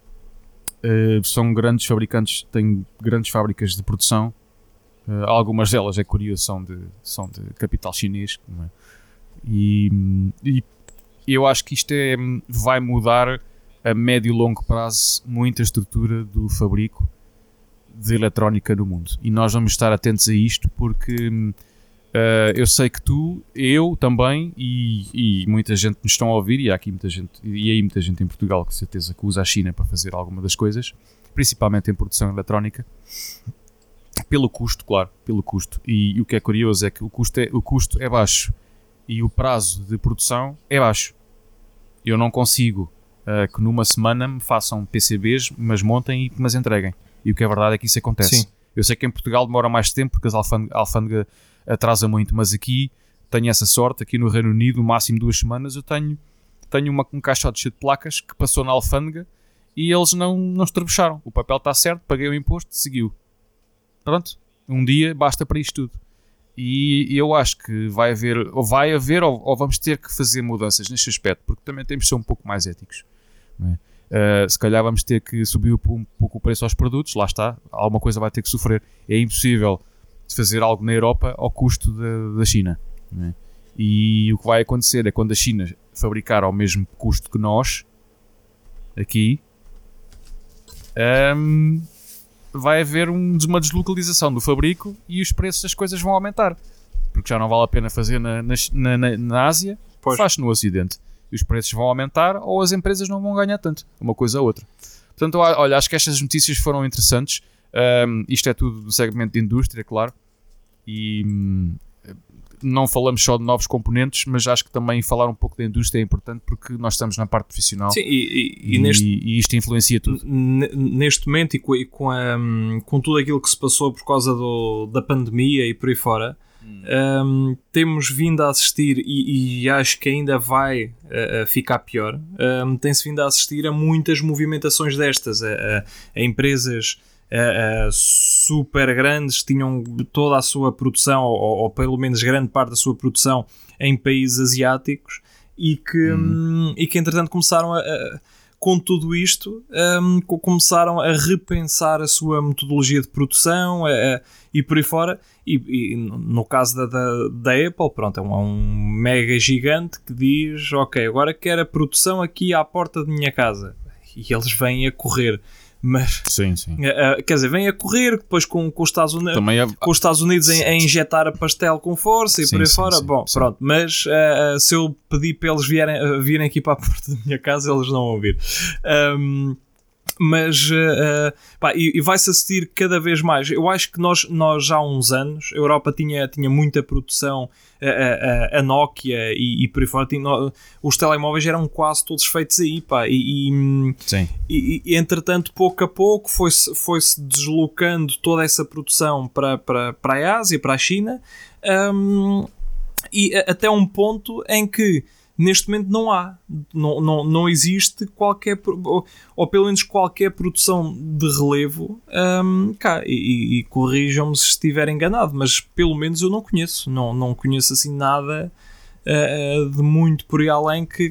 são grandes fabricantes, têm grandes fábricas de produção. Algumas delas, é curioso, são de capital chinês, não é? E eu acho que isto vai mudar a médio e longo prazo muita estrutura do fabrico de eletrónica no mundo, e nós vamos estar atentos a isto, porque eu sei que eu também, e muita gente nos estão a ouvir, e há aqui muita gente, e aí muita gente em Portugal, com certeza, que usa a China para fazer alguma das coisas, principalmente em produção eletrónica. Pelo custo, claro, pelo custo. E o que é curioso é que o custo é baixo e o prazo de produção é baixo. Eu não consigo que numa semana me façam PCBs, mas montem e mas entreguem. E o que é verdade é que isso acontece. Sim. Eu sei que em Portugal demora mais tempo porque a alfândega atrasa muito, mas aqui tenho essa sorte. Aqui no Reino Unido, no máximo 2 semanas, eu tenho um caixote cheio de placas que passou na alfândega e eles não estrebucharam. O papel está certo, paguei o imposto, seguiu. Pronto, um dia basta para isto tudo. E eu acho que vai haver ou vamos ter que fazer mudanças neste aspecto, porque também temos de ser um pouco mais éticos, não é? Se calhar vamos ter que subir um pouco o preço aos produtos, lá está, alguma coisa vai ter que sofrer. É impossível fazer algo na Europa ao custo da China, não é? E o que vai acontecer é quando a China fabricar ao mesmo custo que nós, aqui, vai haver uma deslocalização do fabrico e os preços das coisas vão aumentar. Porque já não vale a pena fazer na Ásia, faz-se no Ocidente. E os preços vão aumentar ou as empresas não vão ganhar tanto, uma coisa ou outra. Portanto, olha, acho que estas notícias foram interessantes. Isto é tudo do segmento de indústria, claro. E não falamos só de novos componentes, mas acho que também falar um pouco da indústria é importante porque nós estamos na parte profissional. Sim, e isto influencia tudo. Neste momento e com tudo aquilo que se passou por causa da pandemia e por aí fora, temos vindo a assistir, e acho que ainda vai ficar pior, tem-se vindo a assistir a muitas movimentações destas, a empresas super grandes que tinham toda a sua produção, ou pelo menos grande parte da sua produção, em países asiáticos, e que entretanto começaram com tudo isto, começaram a repensar a sua metodologia de produção e por aí fora. E no caso da Apple, pronto, é um mega gigante que diz: ok, agora quero a produção aqui à porta de minha casa, e eles vêm a correr. Mas, sim. Quer dizer, vem a correr depois com os Estados Unidos, com os Estados Unidos a injetar a pastel com força e por aí fora. Sim. Pronto, mas se eu pedir para eles virem aqui para a porta da minha casa, eles não vão vir. Mas e vai-se assistir cada vez mais. Eu acho que nós já há uns anos a Europa tinha muita produção, a Nokia e por aí fora, os telemóveis eram quase todos feitos aí, e entretanto pouco a pouco foi-se deslocando toda essa produção para a Ásia, para a China, e até um ponto em que neste momento não existe qualquer, ou pelo menos qualquer produção de relevo cá, e corrijam-me se estiver enganado, mas pelo menos eu não conheço assim nada de muito por aí além que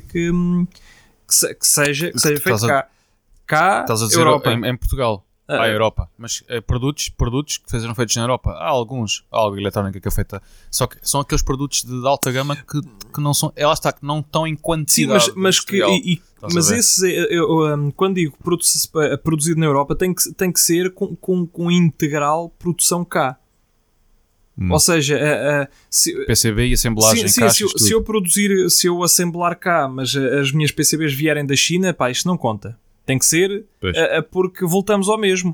seja feito cá. Estás a dizer Europa. Em Portugal. Europa, mas produtos que sejam feitos na Europa, há alguns, há algo eletrónica que é feita, só que são aqueles produtos de alta gama que não são, ela está, que não estão em quantidade. Sim, mas esses, quando digo produzido na Europa, tem que ser com integral produção cá. Ou seja, PCB e assemblagem cá. Se eu assemblar cá, mas as minhas PCBs vierem da China, isto não conta. Tem que ser, porque voltamos ao mesmo.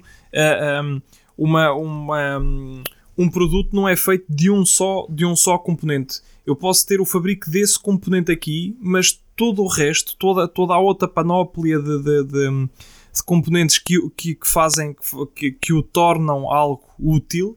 Um produto não é feito de um só componente. Eu posso ter o fabrico desse componente aqui, mas todo o resto, toda a outra panóplia de componentes que fazem, que o tornam algo útil,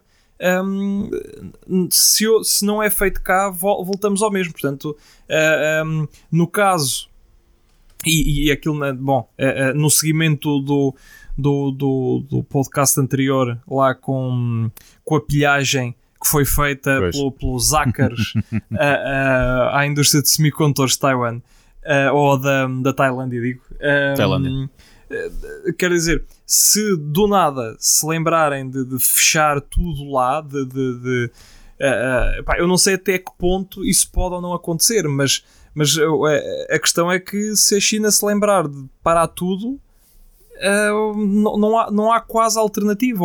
se não é feito cá, voltamos ao mesmo. Portanto, no caso... E aquilo, no seguimento do podcast anterior, lá com a pilhagem que foi feita pelos hackers à indústria de semicondutores de Taiwan, ou da Tailândia, digo. Tailândia. Quer dizer, se do nada se lembrarem de fechar tudo lá, eu não sei até que ponto isso pode ou não acontecer, mas a questão é que se a China se lembrar de parar tudo, não há quase alternativa.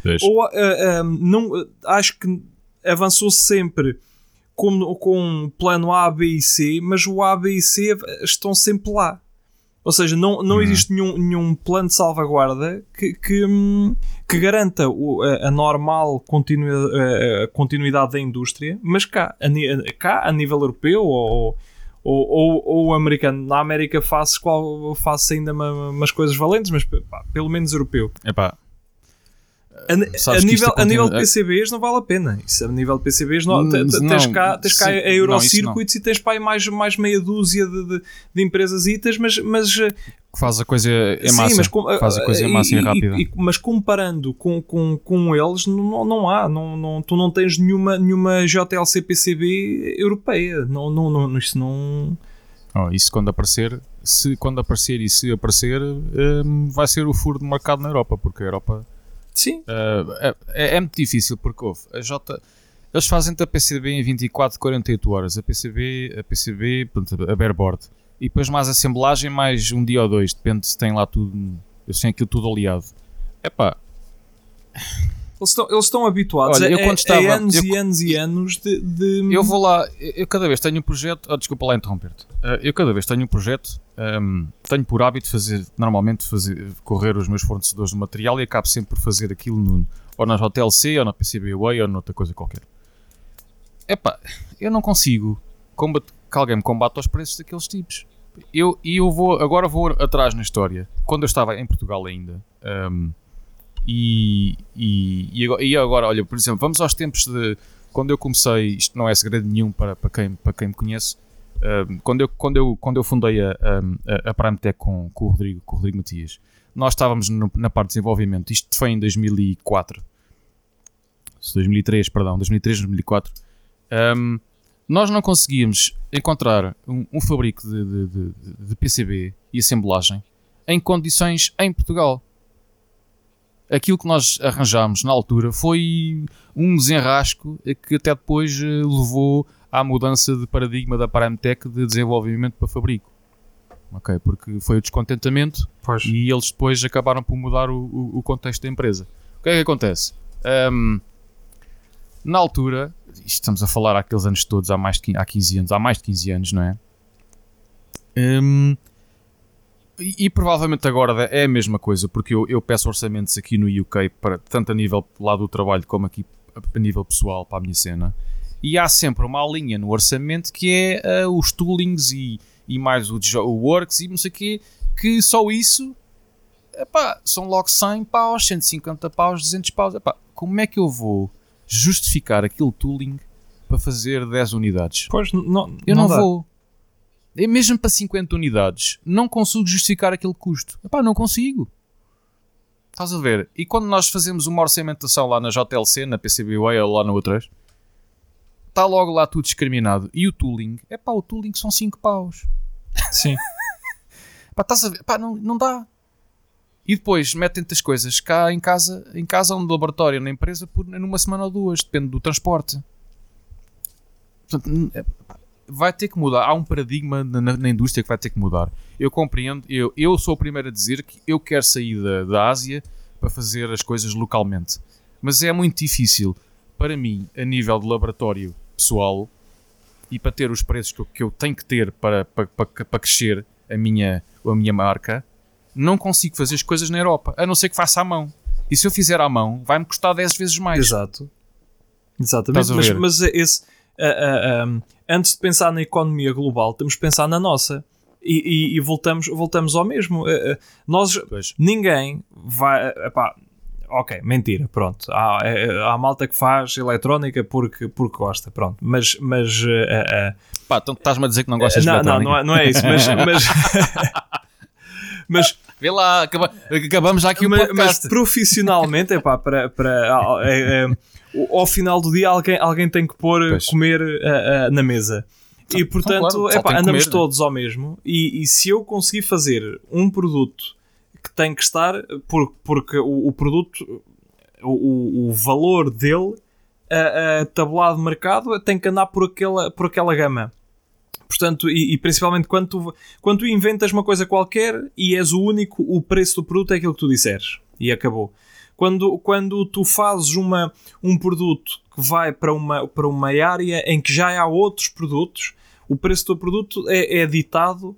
Acho que avançou sempre com um plano A, B e C, mas o A, B e C estão sempre lá. Ou seja, não existe nenhum plano de salvaguarda que garanta a normal continuidade da indústria, mas cá a nível europeu ou americano. Na América faço ainda umas coisas valentes, mas pelo menos europeu. A nível de PCBs não vale a pena. Isso, a nível de PCBs tens cá a Eurocircuits e tens para aí mais meia dúzia de empresas mas faz a coisa em massa. Faz a coisa em massa e rápida. Mas comparando com eles, não há. Tu não tens nenhuma JLC PCB europeia. Isso não... Isso quando aparecer, se aparecer, vai ser o furo de mercado na Europa, porque a Europa... Sim. É muito difícil, porque eles fazem-te a PCB em 24, 48 horas. A PCB, portanto, a bareboard. E depois mais assemblagem, mais um dia ou dois. Depende se tem lá tudo. Eles têm aquilo tudo aliado. Eles estão habituados. Olha, a anos e anos e anos de... Eu vou lá, eu cada vez tenho um projeto... desculpa lá interromper-te. Eu cada vez tenho um projeto, tenho por hábito normalmente correr os meus fornecedores de material e acabo sempre por fazer aquilo ou na JLC, ou na PCBWay, ou noutra coisa qualquer. Eu não consigo que alguém me combate aos preços daqueles tipos. Agora vou atrás na história. Quando eu estava em Portugal ainda... E agora, olha, por exemplo, vamos aos tempos de quando eu comecei, isto não é segredo nenhum para quem me conhece, quando eu fundei a Primetech com o Rodrigo Matias, nós estávamos na parte de desenvolvimento, isto foi em 2004, 2004, nós não conseguíamos encontrar um fabrico de PCB e assemblagem em condições em Portugal. Aquilo que nós arranjámos na altura foi um desenrasco que até depois levou à mudança de paradigma da Primetech de desenvolvimento para fabrico. Ok, porque foi o descontentamento e eles depois acabaram por mudar o contexto da empresa. O que é que acontece? Na altura, estamos a falar há aqueles anos todos, há mais de 15 anos, não é? E provavelmente agora é a mesma coisa, porque eu peço orçamentos aqui no UK, tanto a nível lá do trabalho como aqui a nível pessoal para a minha cena, e há sempre uma linha no orçamento que é os toolings e mais o works e não sei o quê, que só isso são logo 100 paus, 150 paus, 200 paus. Como é que eu vou justificar aquele tooling para fazer 10 unidades? Pois, eu não vou. Mesmo para 50 unidades, não consigo justificar aquele custo. Não consigo. Estás a ver? E quando nós fazemos uma orçamentação lá na JLC, na PCBWay ou lá na outras, está logo lá tudo discriminado. E o tooling? O tooling são 5 paus. Sim. Estás a ver? Não dá. E depois metem-te as coisas cá em casa ou no laboratório, na empresa, numa semana ou duas. Depende do transporte. Portanto, vai ter que mudar. Há um paradigma na indústria que vai ter que mudar. Eu compreendo. Eu sou o primeiro a dizer que eu quero sair da Ásia para fazer as coisas localmente. Mas é muito difícil para mim, a nível de laboratório pessoal e para ter os preços que eu tenho que ter para crescer a minha marca, não consigo fazer as coisas na Europa, a não ser que faça à mão. E se eu fizer à mão, vai-me custar 10 vezes mais. Exato. Exatamente. Mas esse... antes de pensar na economia global, temos que pensar na nossa e voltamos ao mesmo. Ninguém vai... ok, mentira, pronto. Há malta que faz eletrónica porque gosta, pronto. Mas então estás-me a dizer que não gostas de eletrónica? Não é isso, mas vê lá, acabamos já aqui o podcast. Mas profissionalmente, ao final do dia alguém tem que comer na mesa. E portanto, claro, andamos comer, todos ao mesmo. E se eu conseguir fazer um produto que tem que estar, porque o produto, o valor dele, tabulado de mercado, tem que andar por aquela gama. Portanto, e principalmente quando tu inventas uma coisa qualquer e és o único, o preço do produto é aquilo que tu disseres. E acabou. Quando tu fazes um produto que vai para uma área em que já há outros produtos, o preço do produto é ditado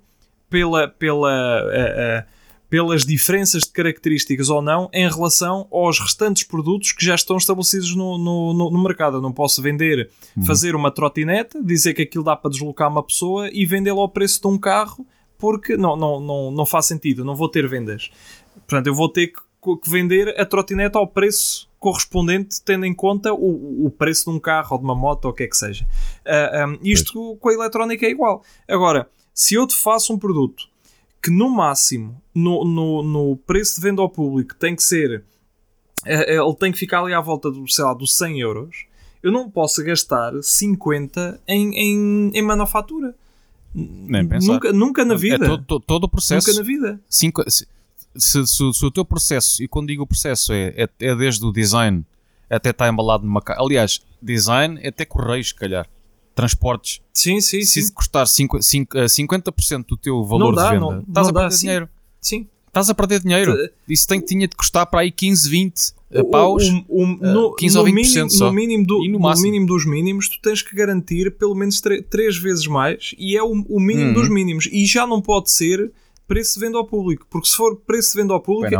pelas diferenças de características ou não em relação aos restantes produtos que já estão estabelecidos no mercado. Eu não posso fazer uma trotinete, dizer que aquilo dá para deslocar uma pessoa e vendê-lo ao preço de um carro, porque não faz sentido, eu não vou ter vendas. Portanto, eu vou ter que vender a trotinete ao preço correspondente, tendo em conta o preço de um carro ou de uma moto ou o que é que seja. Isto com a eletrónica é igual. Agora, se eu te faço um produto que no máximo, no preço de venda ao público, tem que ser, ele tem que ficar ali à volta dos 100 euros, eu não posso gastar 50 em manufatura. Nem pensar. Nunca na vida. É todo o processo. Nunca na vida. Se o teu processo, e quando digo o processo é desde o design até estar embalado numa caixa. Aliás, design é até correios, se calhar. Transportes. Sim. Se custar 50% do teu valor de venda, estás a perder dinheiro. Sim. Estás a perder dinheiro. Isso tinha de custar para aí 15, 20 paus, 15 ou 20% só. No mínimo dos mínimos, tu tens que garantir pelo menos 3 vezes mais, e é o mínimo dos mínimos. E já não pode ser preço de venda ao público, porque se for preço de venda ao público,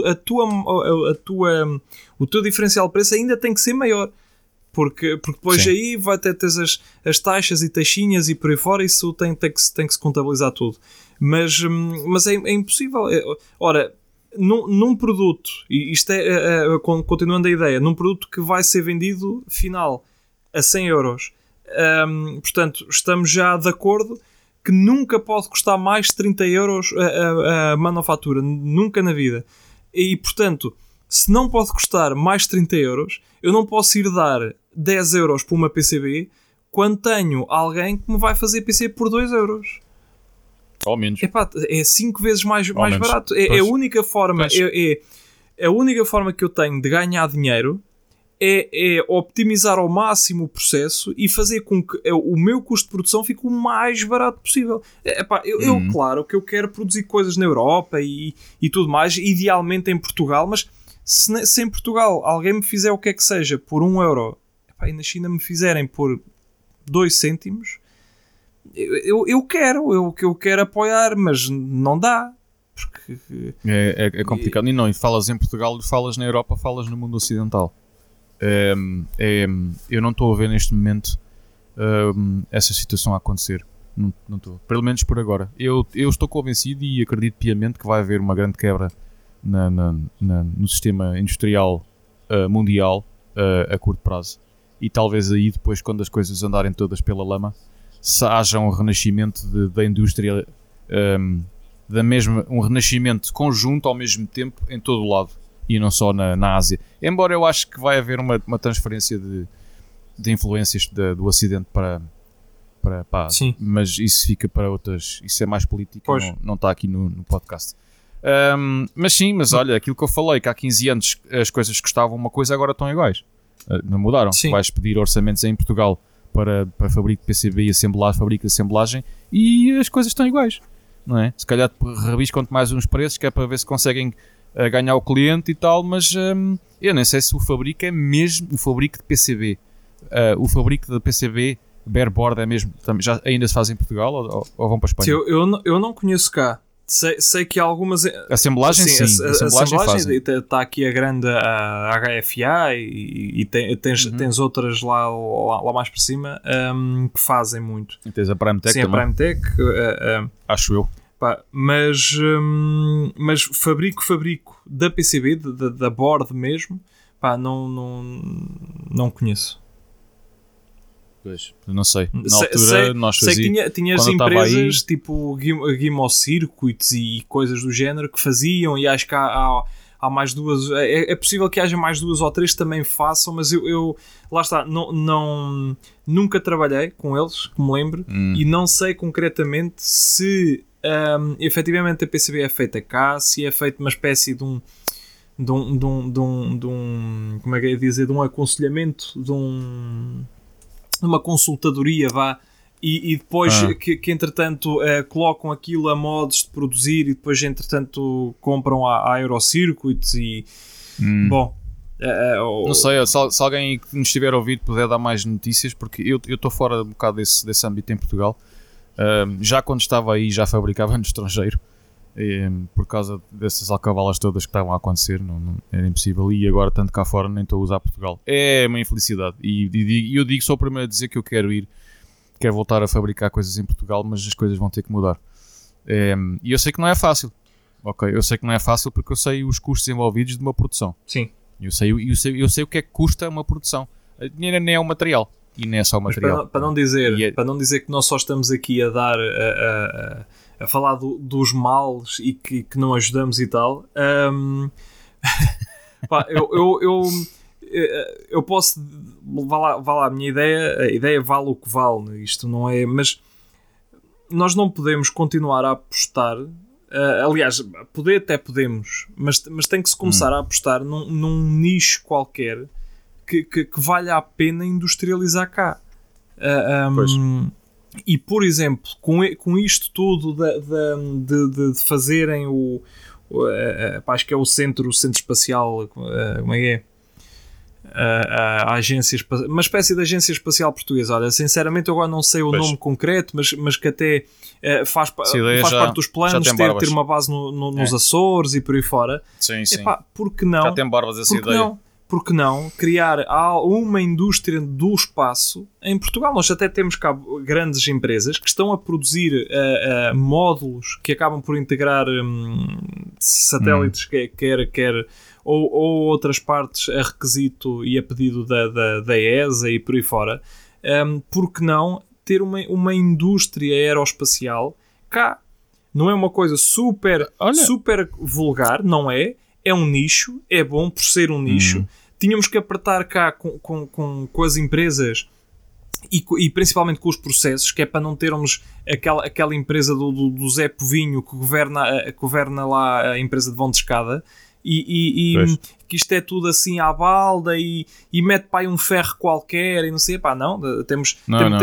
o teu diferencial de preço ainda tem que ser maior. Porque depois aí vai ter as taxas e taxinhas e por aí fora, isso tem que se contabilizar tudo. Mas é impossível. Ora, num produto, e isto continuando a ideia, num produto que vai ser vendido final a 100 euros, portanto, estamos já de acordo que nunca pode custar mais de 30 euros a manufatura, nunca na vida. E, portanto, se não pode custar mais de 30 euros, eu não posso ir dar 10 euros por uma PCB quando tenho alguém que me vai fazer PCB por 2 euros. Ou menos. Epá, é 5 vezes mais barato. É a única forma, a única forma que eu tenho de ganhar dinheiro é optimizar ao máximo o processo e fazer com que o meu custo de produção fique o mais barato possível. Claro que eu quero produzir coisas na Europa e tudo mais, idealmente em Portugal, mas se em Portugal alguém me fizer o que é que seja por 1 euro, e na China me fizerem por 2 cêntimos, eu quero apoiar, mas não dá. Porque é complicado. E falas em Portugal, falas na Europa, falas no mundo ocidental. Eu não estou a ver neste momento essa situação a acontecer. Não estou. Pelo menos por agora. Eu estou convencido e acredito piamente que vai haver uma grande quebra no sistema industrial mundial a curto prazo. E talvez aí depois, quando as coisas andarem todas pela lama, se haja um renascimento da indústria, um renascimento conjunto ao mesmo tempo em todo o lado e não só na Ásia. Embora eu acho que vai haver uma transferência de influências do Ocidente para a Ásia. Sim. Mas isso fica para outras. Isso é mais política, não está aqui no podcast. Mas olha, aquilo que eu falei, que há 15 anos as coisas custavam uma coisa, agora estão iguais. Não mudaram. Sim. Vais pedir orçamentos em Portugal para fabrico de PCB e fabrico de assemblagem e as coisas estão iguais, não é? Se calhar rabiscam-te mais uns preços que é para ver se conseguem ganhar o cliente e tal, mas eu nem sei se o fabrico é mesmo o fabrico de PCB. O fabrico de PCB bareboard é mesmo, ainda se faz em Portugal ou vão para a Espanha? Eu não conheço cá. Sei que há algumas... Assemblagem, sim. Assemblagem está aqui a grande HFA e tens outras lá mais para cima que fazem muito. E tens a Primetech também. Sim, a Primetech. Acho eu. Mas fabrico da PCB, da board mesmo, não conheço. Pois, não sei. Na altura nós fazíamos. Sei que tinhas empresas tipo Gimo Circuits e coisas do género que faziam, e acho que há mais duas. É possível que haja mais 2 ou 3 que também façam, mas eu lá está, nunca trabalhei com eles, que me lembro, e não sei concretamente se efetivamente a PCB é feita cá, se é feita uma espécie de um como é que é dizer, de um aconselhamento, de uma consultadoria, e depois que entretanto colocam aquilo a modos de produzir e depois entretanto compram a Eurocircuits e bom, não sei, se alguém que nos estiver a ouvir puder dar mais notícias, porque eu estou fora um bocado desse âmbito em Portugal. Já quando estava aí já fabricava no estrangeiro, por causa dessas alcavalas todas que estavam a acontecer, não era impossível, e agora tanto cá fora nem estou a usar Portugal. É uma infelicidade, e eu digo, sou o primeiro a dizer que eu quero voltar a fabricar coisas em Portugal, mas as coisas vão ter que mudar. E eu sei que não é fácil, ok? Eu sei que não é fácil porque eu sei os custos envolvidos de uma produção. Sim. Eu sei o que é que custa uma produção. Nem é o material. E nem é só o material. Para não dizer que nós só estamos aqui a dar a falar dos males e que não ajudamos e tal, eu posso vá lá, a minha ideia vale o que vale, isto não é, mas nós não podemos continuar a apostar, aliás, até podemos, mas tem que se começar a apostar num nicho qualquer que valha a pena industrializar cá. E, por exemplo, com isto tudo de fazerem acho que é o centro espacial, como é que é? A agência, uma espécie de agência espacial portuguesa. Olha, sinceramente eu agora não sei o nome concreto, mas que até faz parte dos planos ter uma base nos Açores e por aí fora. Sim, sim. Epá, porque não? Já tem barbas essa ideia. Porque não criar uma indústria do espaço em Portugal? Nós até temos cá grandes empresas que estão a produzir módulos que acabam por integrar satélites, quer ou outras partes a requisito e a pedido da ESA e por aí fora. Porque não ter uma indústria aeroespacial cá? Não é uma coisa super vulgar, não é? É um nicho, é bom por ser um nicho. Tínhamos que apertar cá com as empresas e principalmente com os processos, que é para não termos aquela empresa do Zé Povinho que governa lá a empresa de vão de escada e que isto é tudo assim à balda e mete para aí um ferro qualquer e não sei, pá, não, temos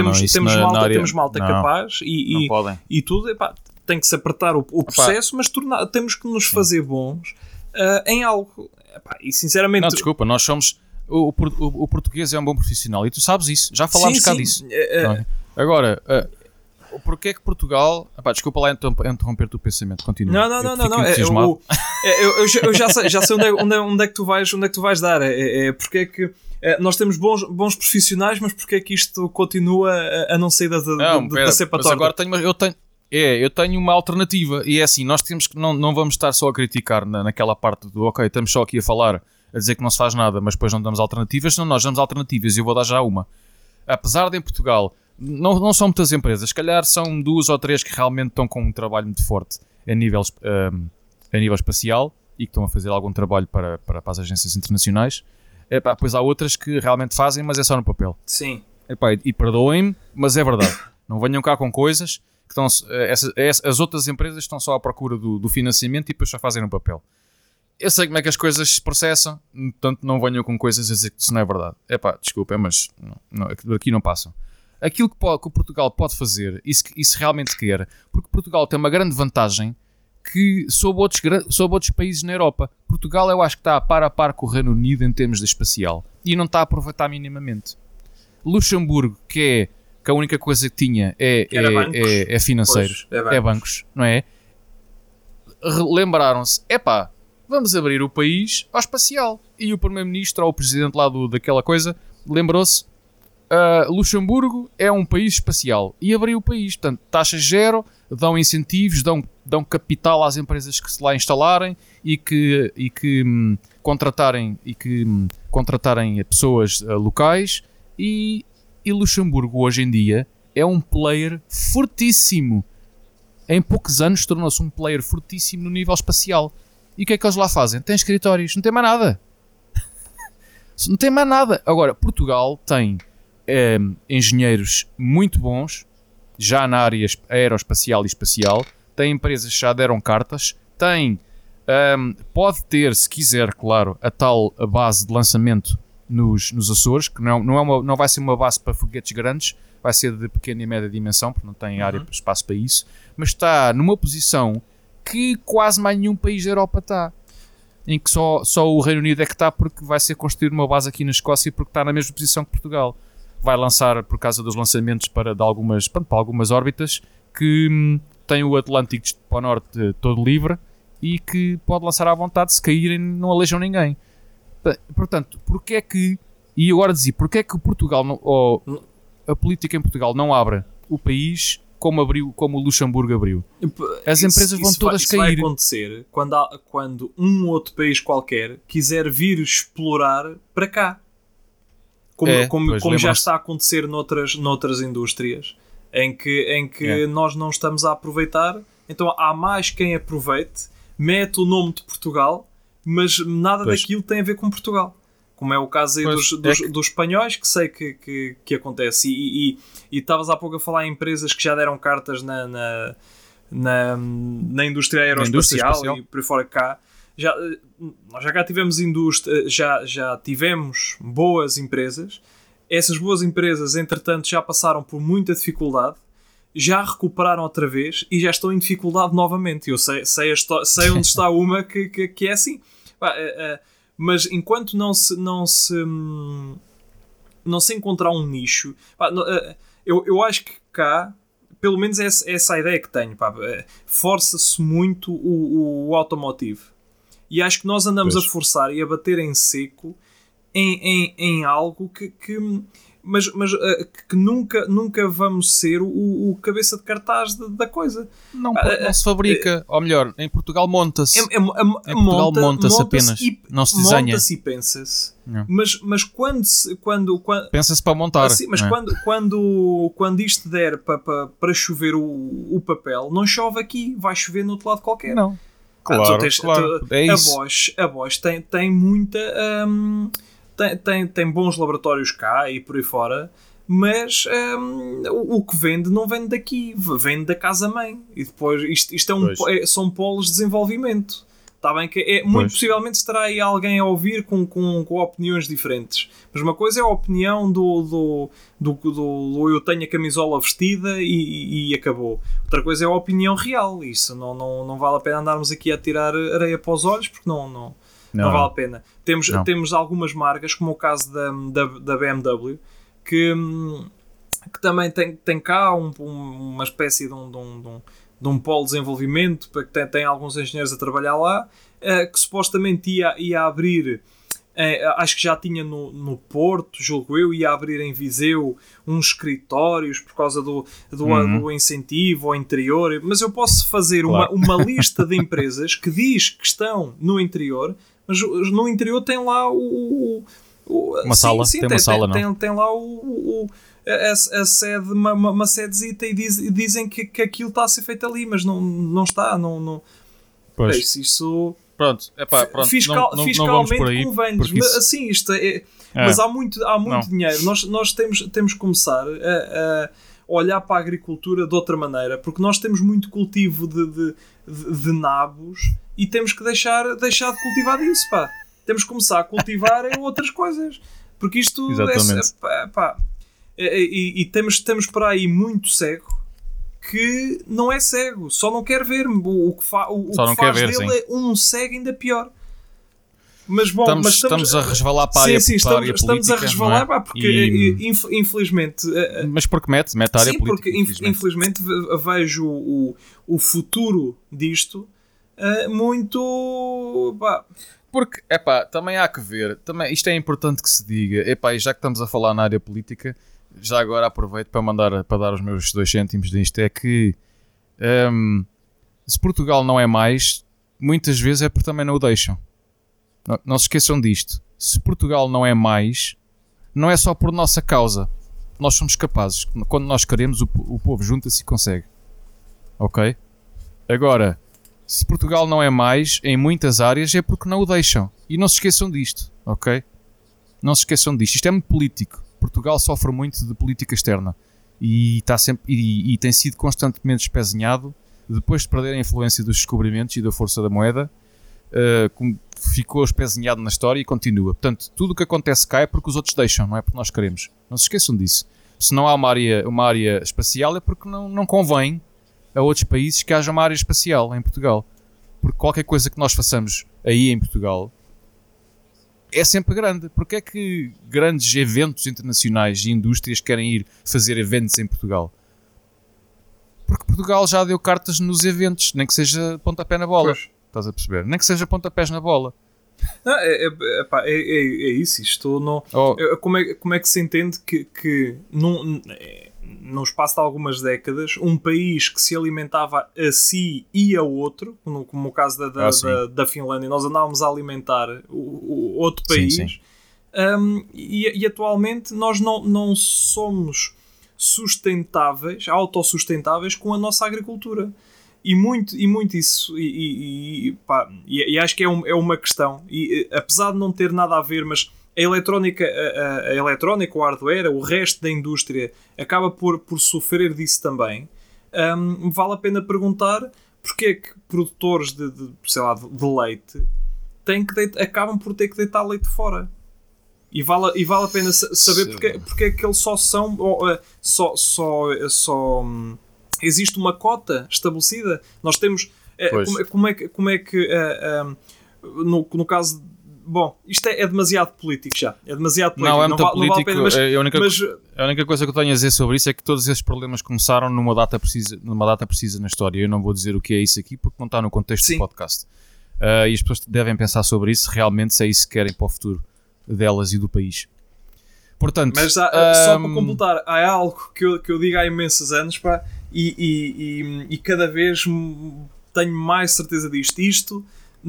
malta capaz e tudo, epá, tem que se apertar o processo, mas temos que nos fazer bons em algo. Epá, e sinceramente... Não, desculpa, nós somos... O português é um bom profissional e tu sabes isso, já falámos cá disso. Agora, porquê é que Portugal... Epá, desculpa lá interromper-te o pensamento, continua. Não. Eu já sei onde é que tu vais dar. Porque é que nós temos bons profissionais, mas porque é que isto continua a não sair da cepa torta? Agora eu tenho uma alternativa e é assim, nós temos que não vamos estar só a criticar naquela parte do ok, estamos só aqui a falar, a dizer que não se faz nada, mas depois não damos alternativas. Não, nós damos alternativas e eu vou dar já uma. Apesar de em Portugal não são muitas empresas, se calhar são 2 ou 3 que realmente estão com um trabalho muito forte a nível espacial e que estão a fazer algum trabalho para as agências internacionais. Pois há outras que realmente fazem, mas é só no papel. Sim. E perdoem-me, mas é verdade. Não venham cá com coisas que as outras empresas estão só à procura do financiamento e depois só fazem no papel. Eu sei como é que as coisas se processam, portanto não venham com coisas a dizer que isso não é verdade. Desculpa, mas aqui não passam. Aquilo que o Portugal pode fazer, e se realmente quer, porque Portugal tem uma grande vantagem que sobre outros países na Europa. Portugal eu acho que está a par com o Reino Unido em termos de espacial e não está a aproveitar minimamente. Luxemburgo, que a única coisa que tinha é financeiros, é bancos, não é? Lembraram-se, vamos abrir o país ao espacial. E o primeiro-ministro ou o presidente lá daquela coisa lembrou-se, Luxemburgo é um país espacial e abriu o país, portanto, taxas zero, dão incentivos, dão capital às empresas que se lá instalarem e que contratarem pessoas locais e Luxemburgo hoje em dia é um player fortíssimo. Em poucos anos tornou-se um player fortíssimo no nível espacial. E o que é que eles lá fazem? Tem escritórios, não tem mais nada. Não tem mais nada. Agora, Portugal tem engenheiros muito bons, já na área aeroespacial e espacial, tem empresas que já deram cartas, pode ter, se quiser, claro, a tal base de lançamento nos Açores, que não vai ser uma base para foguetes grandes, vai ser de pequena e média dimensão, porque não tem área para espaço para isso, mas está numa posição que quase mais nenhum país da Europa está, em que só o Reino Unido é que está, porque vai ser construída uma base aqui na Escócia, porque está na mesma posição que Portugal. Vai lançar, por causa dos lançamentos para algumas órbitas, que tem o Atlântico para o norte todo livre e que pode lançar à vontade, se caírem não alejam ninguém. Portanto, porque é que Portugal a política em Portugal não abre o país como o Luxemburgo abriu? As empresas vão todas cair. Isso vai acontecer quando um outro país qualquer quiser vir explorar para cá. Como já está a acontecer noutras indústrias em que nós não estamos a aproveitar. Então há mais quem aproveite, mete o nome de Portugal, mas nada daquilo tem a ver com Portugal. Como é o caso aí dos espanhóis, que sei que acontece. E estavas há pouco a falar em empresas que já deram cartas na indústria aeroespacial e por aí fora cá. Nós já cá tivemos já tivemos boas empresas. Essas boas empresas, entretanto, já passaram por muita dificuldade. já recuperaram outra vez e já estão em dificuldade novamente. Eu sei onde está uma que é assim. Mas enquanto não se encontrar um nicho, eu acho que cá, pelo menos essa a ideia que tenho, força-se muito o automotive. E acho que nós andamos a forçar e a bater em seco em algo que nunca vamos ser o cabeça de cartaz da coisa. Não se fabrica, ou melhor, em Portugal monta-se. Em Portugal monta-se apenas, não se desenha. Monta-se e pensa-se. Mas quando pensa-se para montar. Assim, mas quando isto der para chover o papel, não chove aqui, vai chover no outro lado qualquer. Não. Claro, é isso. A Bosch tem muita... Tem bons laboratórios cá e por aí fora, mas o que vende não vende daqui, vende da casa-mãe. E depois isto são polos de desenvolvimento. Está bem que muito possivelmente estará aí alguém a ouvir com opiniões diferentes. Mas uma coisa é a opinião do eu tenho a camisola vestida e acabou. Outra coisa é a opinião real. Isso não vale a pena andarmos aqui a tirar areia para os olhos, porque não vale a pena. Temos algumas marcas, como o caso da BMW, que também tem cá uma espécie de um polo de desenvolvimento, porque tem alguns engenheiros a trabalhar lá, que supostamente ia abrir, acho que já tinha no Porto, julgo eu, ia abrir em Viseu uns escritórios por causa do incentivo ao interior. Mas eu posso fazer uma lista de empresas que diz que estão no interior, mas no interior tem lá uma sala, tem uma sala, não? Tem lá a sede, uma sedezita, e dizem que aquilo está a ser feito ali, mas não está. Pois. Isso pronto, fiscalmente convém-lhes. Mas, assim, isto mas há muito dinheiro. Nós temos que começar a olhar para a agricultura de outra maneira, porque nós temos muito cultivo de nabos e temos que deixar de cultivar disso, pá. Temos que começar a cultivar outras coisas, porque isto e temos por aí muito cego que não é cego, só não quer ver. O que faz dele sim. É um cego ainda pior. Mas bom, estamos a resvalar para a área política. Estamos a resvalar, porque infelizmente... Mas porque mete a área política. Sim, porque infelizmente vejo o futuro disto muito... Porque, também há que ver, isto é importante que se diga, e já que estamos a falar na área política, já agora aproveito para dar os meus 2 cêntimos disto, é que se Portugal não é mais, muitas vezes é porque também não o deixam. Não se esqueçam disto. Se Portugal não é mais, não é só por nossa causa. Nós somos capazes. Quando nós queremos, o povo junta-se e consegue. Ok? Agora, se Portugal não é mais em muitas áreas, é porque não o deixam. E não se esqueçam disto. Ok? Não se esqueçam disto. Isto é muito político. Portugal sofre muito de política externa. E tem sido constantemente espezinhado depois de perder a influência dos descobrimentos e da força da moeda. Ficou espezinhado na história e continua. Portanto, tudo o que acontece cá é porque os outros deixam, não é porque nós queremos. Não se esqueçam disso. Se não há uma área espacial é porque não convém a outros países que haja uma área espacial em Portugal. Porque qualquer coisa que nós façamos aí em Portugal é sempre grande. Porque é que grandes eventos internacionais e indústrias querem ir fazer eventos em Portugal? Porque Portugal já deu cartas nos eventos, nem que seja pontapé na bola. Pois. Estás a perceber? Nem que seja pontapés na bola. Não, é isso. Isto não, como é que se entende que no espaço de algumas décadas, um país que se alimentava a si e a outro, como o caso da Finlândia, nós andávamos a alimentar o outro país, sim. E atualmente nós não somos autossustentáveis com a nossa agricultura. E muito isso, e acho que é uma questão, e apesar de não ter nada a ver, mas a eletrónica, o hardware, o resto da indústria acaba por sofrer disso também. Vale a pena perguntar porque é que produtores de leite acabam por ter que deitar leite fora. E vale a pena saber porque é que eles só são existe uma cota estabelecida. Nós temos... como é que no caso... Bom, isto é demasiado político já. É demasiado político. Não é muito político. Não vale a pena, a única coisa que eu tenho a dizer sobre isso é que todos esses problemas começaram numa data precisa na história. Eu não vou dizer o que é isso aqui porque não está no contexto do podcast. E as pessoas devem pensar sobre isso, realmente, se é isso que querem para o futuro delas e do país. Portanto, mas só para completar, há algo que eu digo há imensos anos, pá, e cada vez tenho mais certeza disto. Isto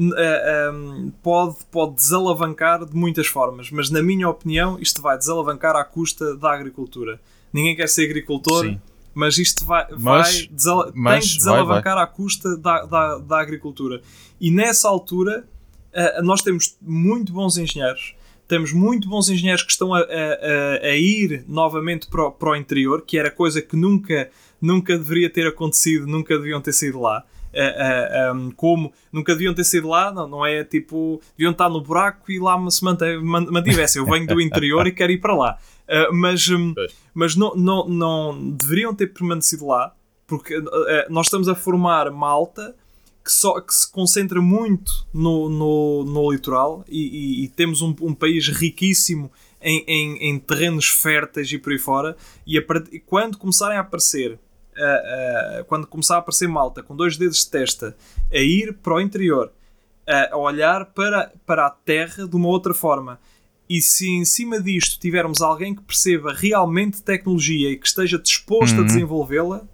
pode desalavancar de muitas formas, mas na minha opinião isto vai desalavancar à custa da agricultura. Ninguém quer ser agricultor, sim, mas isto tem de desalavancar à custa da agricultura. E nessa altura nós temos muito bons engenheiros. Temos muito bons engenheiros que estão a ir novamente para o interior, que era coisa que nunca deveria ter acontecido, nunca deviam ter saído lá. Como nunca deviam ter saído lá, não é tipo, deviam estar no buraco e lá se mantivessem. Eu venho do interior e quero ir para lá. Mas não deveriam ter permanecido lá, porque nós estamos a formar malta que se concentra muito no litoral e temos um país riquíssimo em terrenos férteis e por aí fora, e quando começarem a aparecer quando começar a aparecer malta com 2 dedos de testa a ir para o interior, a olhar para a terra de uma outra forma, e se em cima disto tivermos alguém que perceba realmente tecnologia e que esteja disposto a desenvolvê-la,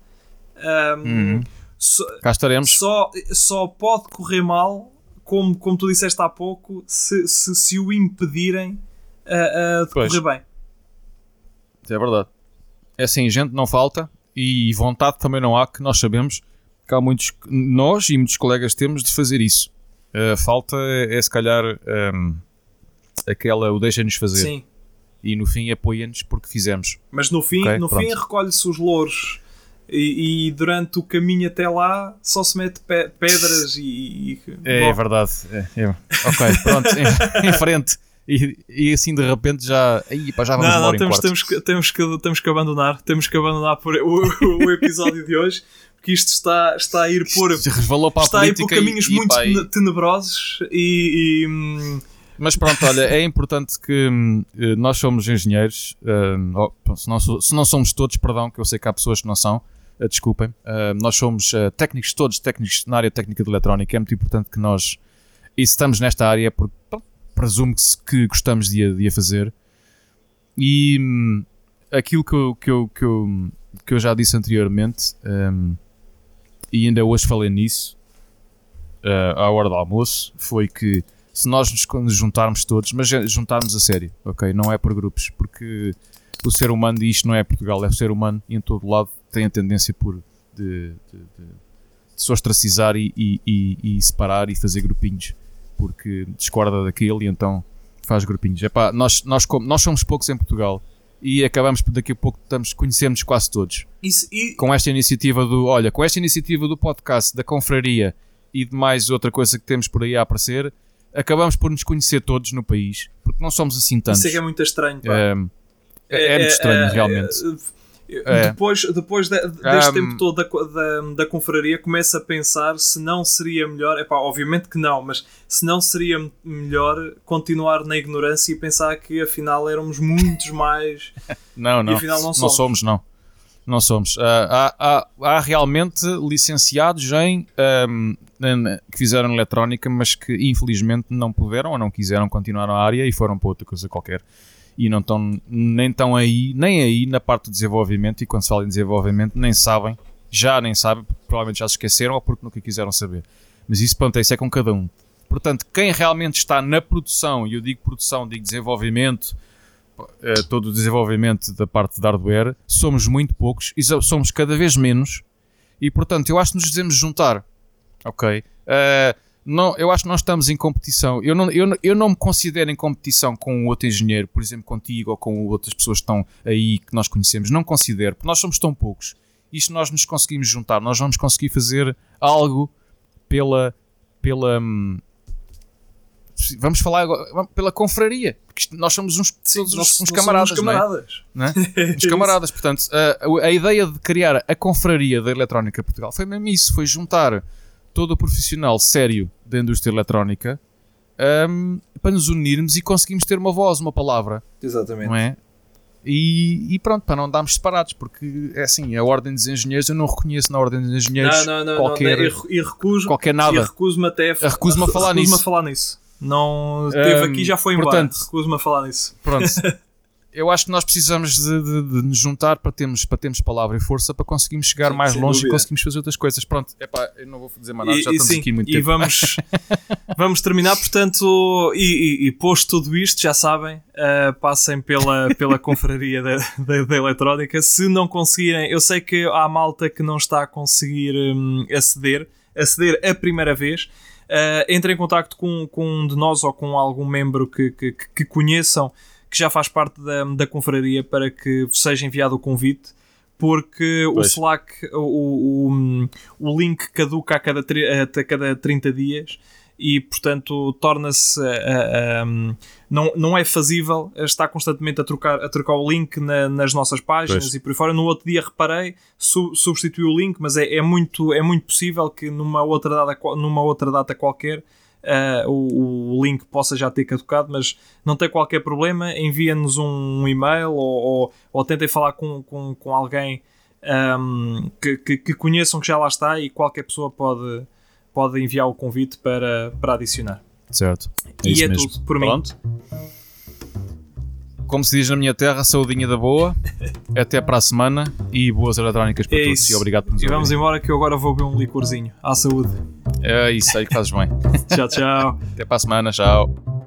cá estaremos. Só pode correr mal, como tu disseste há pouco, se o impedirem de correr bem. É verdade. É assim, gente não falta e vontade também não há, que nós sabemos que há nós e muitos colegas temos de fazer isso. Falta é se calhar o deixa-nos fazer. Sim. E no fim apoia-nos porque fizemos. Mas no fim recolhe-se os louros e durante o caminho até lá só se mete pedras É verdade. Ok, pronto, em frente. E assim de repente já vamos embora em quarto. Temos que abandonar por o episódio de hoje, porque isto está a ir por caminhos muito tenebrosos Mas pronto, olha, é importante que nós somos engenheiros, se não somos todos, perdão, que eu sei que há pessoas que não são, desculpem, nós somos todos técnicos na área técnica de eletrónica. É muito importante que nós, e se estamos nesta área, porque presumo-se que gostamos de a fazer. E aquilo que eu já disse anteriormente, e ainda hoje falei nisso, à hora do almoço, foi que se nós nos juntarmos todos, mas juntarmos a sério, ok? Não é por grupos, porque o ser humano, e isto não é Portugal, é o ser humano, e em todo lado tem a tendência de se ostracizar e separar e fazer grupinhos, porque discorda daquele e então faz grupinhos. Epá, nós somos poucos em Portugal e acabamos por daqui a pouco conhecemos quase todos. Com esta iniciativa do podcast, da confraria e de mais outra coisa que temos por aí a aparecer, acabamos por nos conhecer todos no país, porque não somos assim tantos. Isso é que é muito estranho, pá. É muito estranho, realmente. Depois deste tempo todo da confraria, começo a pensar se não seria melhor, obviamente que não, mas se não seria melhor continuar na ignorância e pensar que afinal éramos muitos mais. Não, e afinal não somos. Não somos. Há realmente licenciados que fizeram eletrónica, mas que infelizmente não puderam ou não quiseram continuar na área e foram para outra coisa qualquer. E não estão nem aí na parte do desenvolvimento, e quando se fala em desenvolvimento nem sabem, provavelmente já se esqueceram ou porque nunca quiseram saber. Mas isso é com cada um. Portanto, quem realmente está na produção, e eu digo produção, digo desenvolvimento, todo o desenvolvimento da parte de hardware, somos muito poucos e somos cada vez menos, e portanto eu acho que nos devemos juntar, ok? Não, eu acho que nós estamos em competição. Eu não me considero em competição com outro engenheiro, por exemplo, contigo ou com outras pessoas que estão aí, que nós conhecemos. Não considero, porque nós somos tão poucos. E se nós nos conseguimos juntar, nós vamos conseguir fazer algo vamos falar agora pela confraria, porque nós somos uns camaradas, somos camaradas. Não é? Uns camaradas, portanto, a ideia de criar a confraria da Eletrónica Portugal foi mesmo isso, foi juntar todo o profissional sério da indústria eletrónica para nos unirmos e conseguimos ter uma voz, uma palavra. Exatamente. Não é? E pronto, para não andarmos separados, porque é assim, a Ordem dos Engenheiros, eu não reconheço na Ordem dos Engenheiros qualquer nada. E recuso-me até recuso-me a falar nisso. Não teve aqui, já foi embora. Portanto, recuso-me a falar nisso. Pronto. Eu acho que nós precisamos de nos juntar para termos palavra e força para conseguirmos chegar mais longe e conseguirmos fazer outras coisas. Pronto, eu não vou dizer mais nada, já estamos aqui muito tempo. E vamos terminar, portanto, e posto tudo isto, já sabem, passem pela confraria da Eletrónica. Se não conseguirem, eu sei que há malta que não está a conseguir aceder a primeira vez. Entrem em contacto com um de nós ou com algum membro que conheçam, que já faz parte da confraria, para que vos seja enviado o convite, porque o Slack, o link caduca a cada 30 dias e, portanto, torna-se... não é fazível estar constantemente a trocar o link nas nossas páginas e por aí fora. No outro dia reparei, substituí o link, mas é muito possível que numa outra data qualquer o link possa já ter caducado, mas não tem qualquer problema. Envia-nos um e-mail ou tentem falar com alguém que conheçam, que já lá está, e qualquer pessoa pode enviar o convite para adicionar. Certo. E é tudo por mim. Pronto. Como se diz na minha terra, saudinha da boa. Até para a semana e boas eletrónicas para todos. E obrigado por nos ouvir. E vamos embora, que eu agora vou beber um licorzinho. À saúde. É isso aí que fazes bem. Tchau, tchau. Até para a semana, tchau.